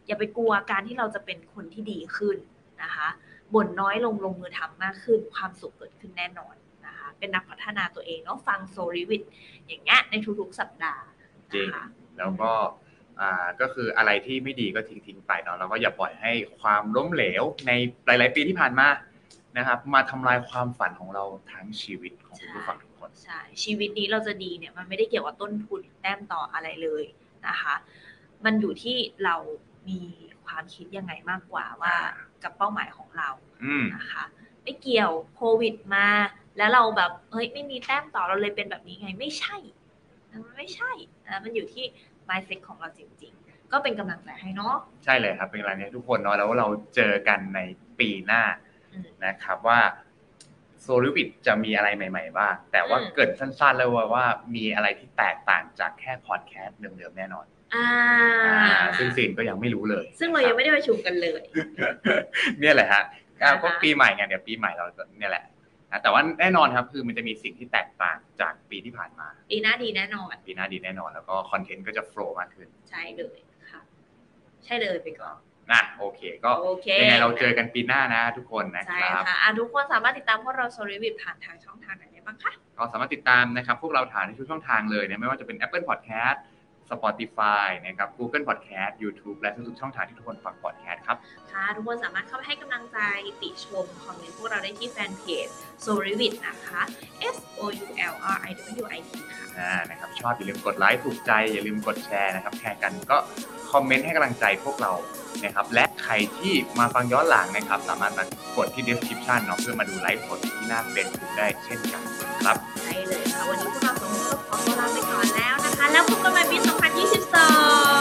อย่าไปกลัวการที่เราจะเป็นคนที่ดีขึ้นนะคะบ่นน้อยลงลงมือทำมากขึ้นความสุขเกิดขึ้นแน่นอนนะคะเป็นนักพัฒนาตัวเองเนาะฟังโซลิวิทอย่างเงี้ยในทุกๆสัปดาห์จริงแล้วก็อ่าก็คืออะไรที่ไม่ดีก็ทิ้งๆไปเนาะแล้วก็อย่าปล่อยให้ความล้มเหลวในหลายๆปีที่ผ่านมานะครับมาทำลายความฝันของเราทั้งชีวิตของผู้ฟังทุกคนใช่ชีวิตนี้เราจะดีเนี่ยมันไม่ได้เกี่ยวกับต้นทุนแต้มต่ออะไรเลยนะคะมันอยู่ที่เรามีความคิดยังไงมากกว่าว่ากับเป้าหมายของเรานะคะไม่เกี่ยวโควิดมาแล้วเราแบบเฮ้ยไม่มีแต้มต่อเราเลยเป็นแบบนี้ไงไม่ใช่มันไม่ใช่นะมันอยู่ที่ mindset ของเราจริงๆก็เป็นกำลังใจให้เนาะใช่เลยครับเป็นกำลังใจให้ทุกคนเนาะแล้วเราเจอกันในปีหน้านะครับว่าโซลิวิทจะมีอะไรใหม่ๆบ้างแต่ว่าเกิดสั้นๆแล้วว่ามีอะไรที่แตกต่างจากแค่พอดแคสต์เดิมๆแน่นอนอ่าซึ่งสิ่งก็ยังไม่รู้เลยซึ่งเรายังไม่ได้ประชุมกันเลยเนี่ยแหละฮะก็ปีใหม่ไงเดี๋ยวปีใหม่เราเนี่ยแหละแต่ว่าแน่นอนครับคือมันจะมีสิ่งที่แตกต่างจากปีที่ผ่านมาปีหน้าดีแน่นอนปีหน้าดีแน่นอนแล้วก็คอนเทนต์ก็จะโฟลว์มากขึ้นใช่เลยค่ะใช่เลยไปก่อนนะโอเคก็ยังไงเราเจอกันปีหน้านะทุกคนนะครับใช่ค่ะทุกคนสามารถติดตามพวกเราโซลิวิทผ่านทางช่องทางไหนได้บ้างคะก็สามารถติดตามนะครับพวกเราผ่านในทุกช่องทางเลยนะไม่ว่าจะเป็น Apple Podcast Spotify นะครับ Google Podcast YouTube และทุกๆช่องทางที่ทุกคนฟัง podcast ครับค่ะทุกคนสามารถเข้าไปให้กำลังใจติชมคอมเมนต์พวกเราได้ที่แฟนเพจ Solivit นะคะ S O U L R I W I T ค่ะอ่านะครับชอบอย่าลืมกดไลค์ถูกใจอย่าลืมกดแชร์นะครับแชร์กันก็คอมเมนต์ให้กำลังใจพวกเรานะครับและใครที่มาฟังย้อนหลังนะครับสามารถมากดที่ description เนาะเพื่อมาดูไลฟ์สดที่หน้า Facebook ได้เช่นกันครับใช่เลยค่ะวันนี้พวกเราสองคนก็ขอตัวลาไปก่อนแล้วนะคะแล้วพบกันใหม่ปีสองพันยี่สิบสอง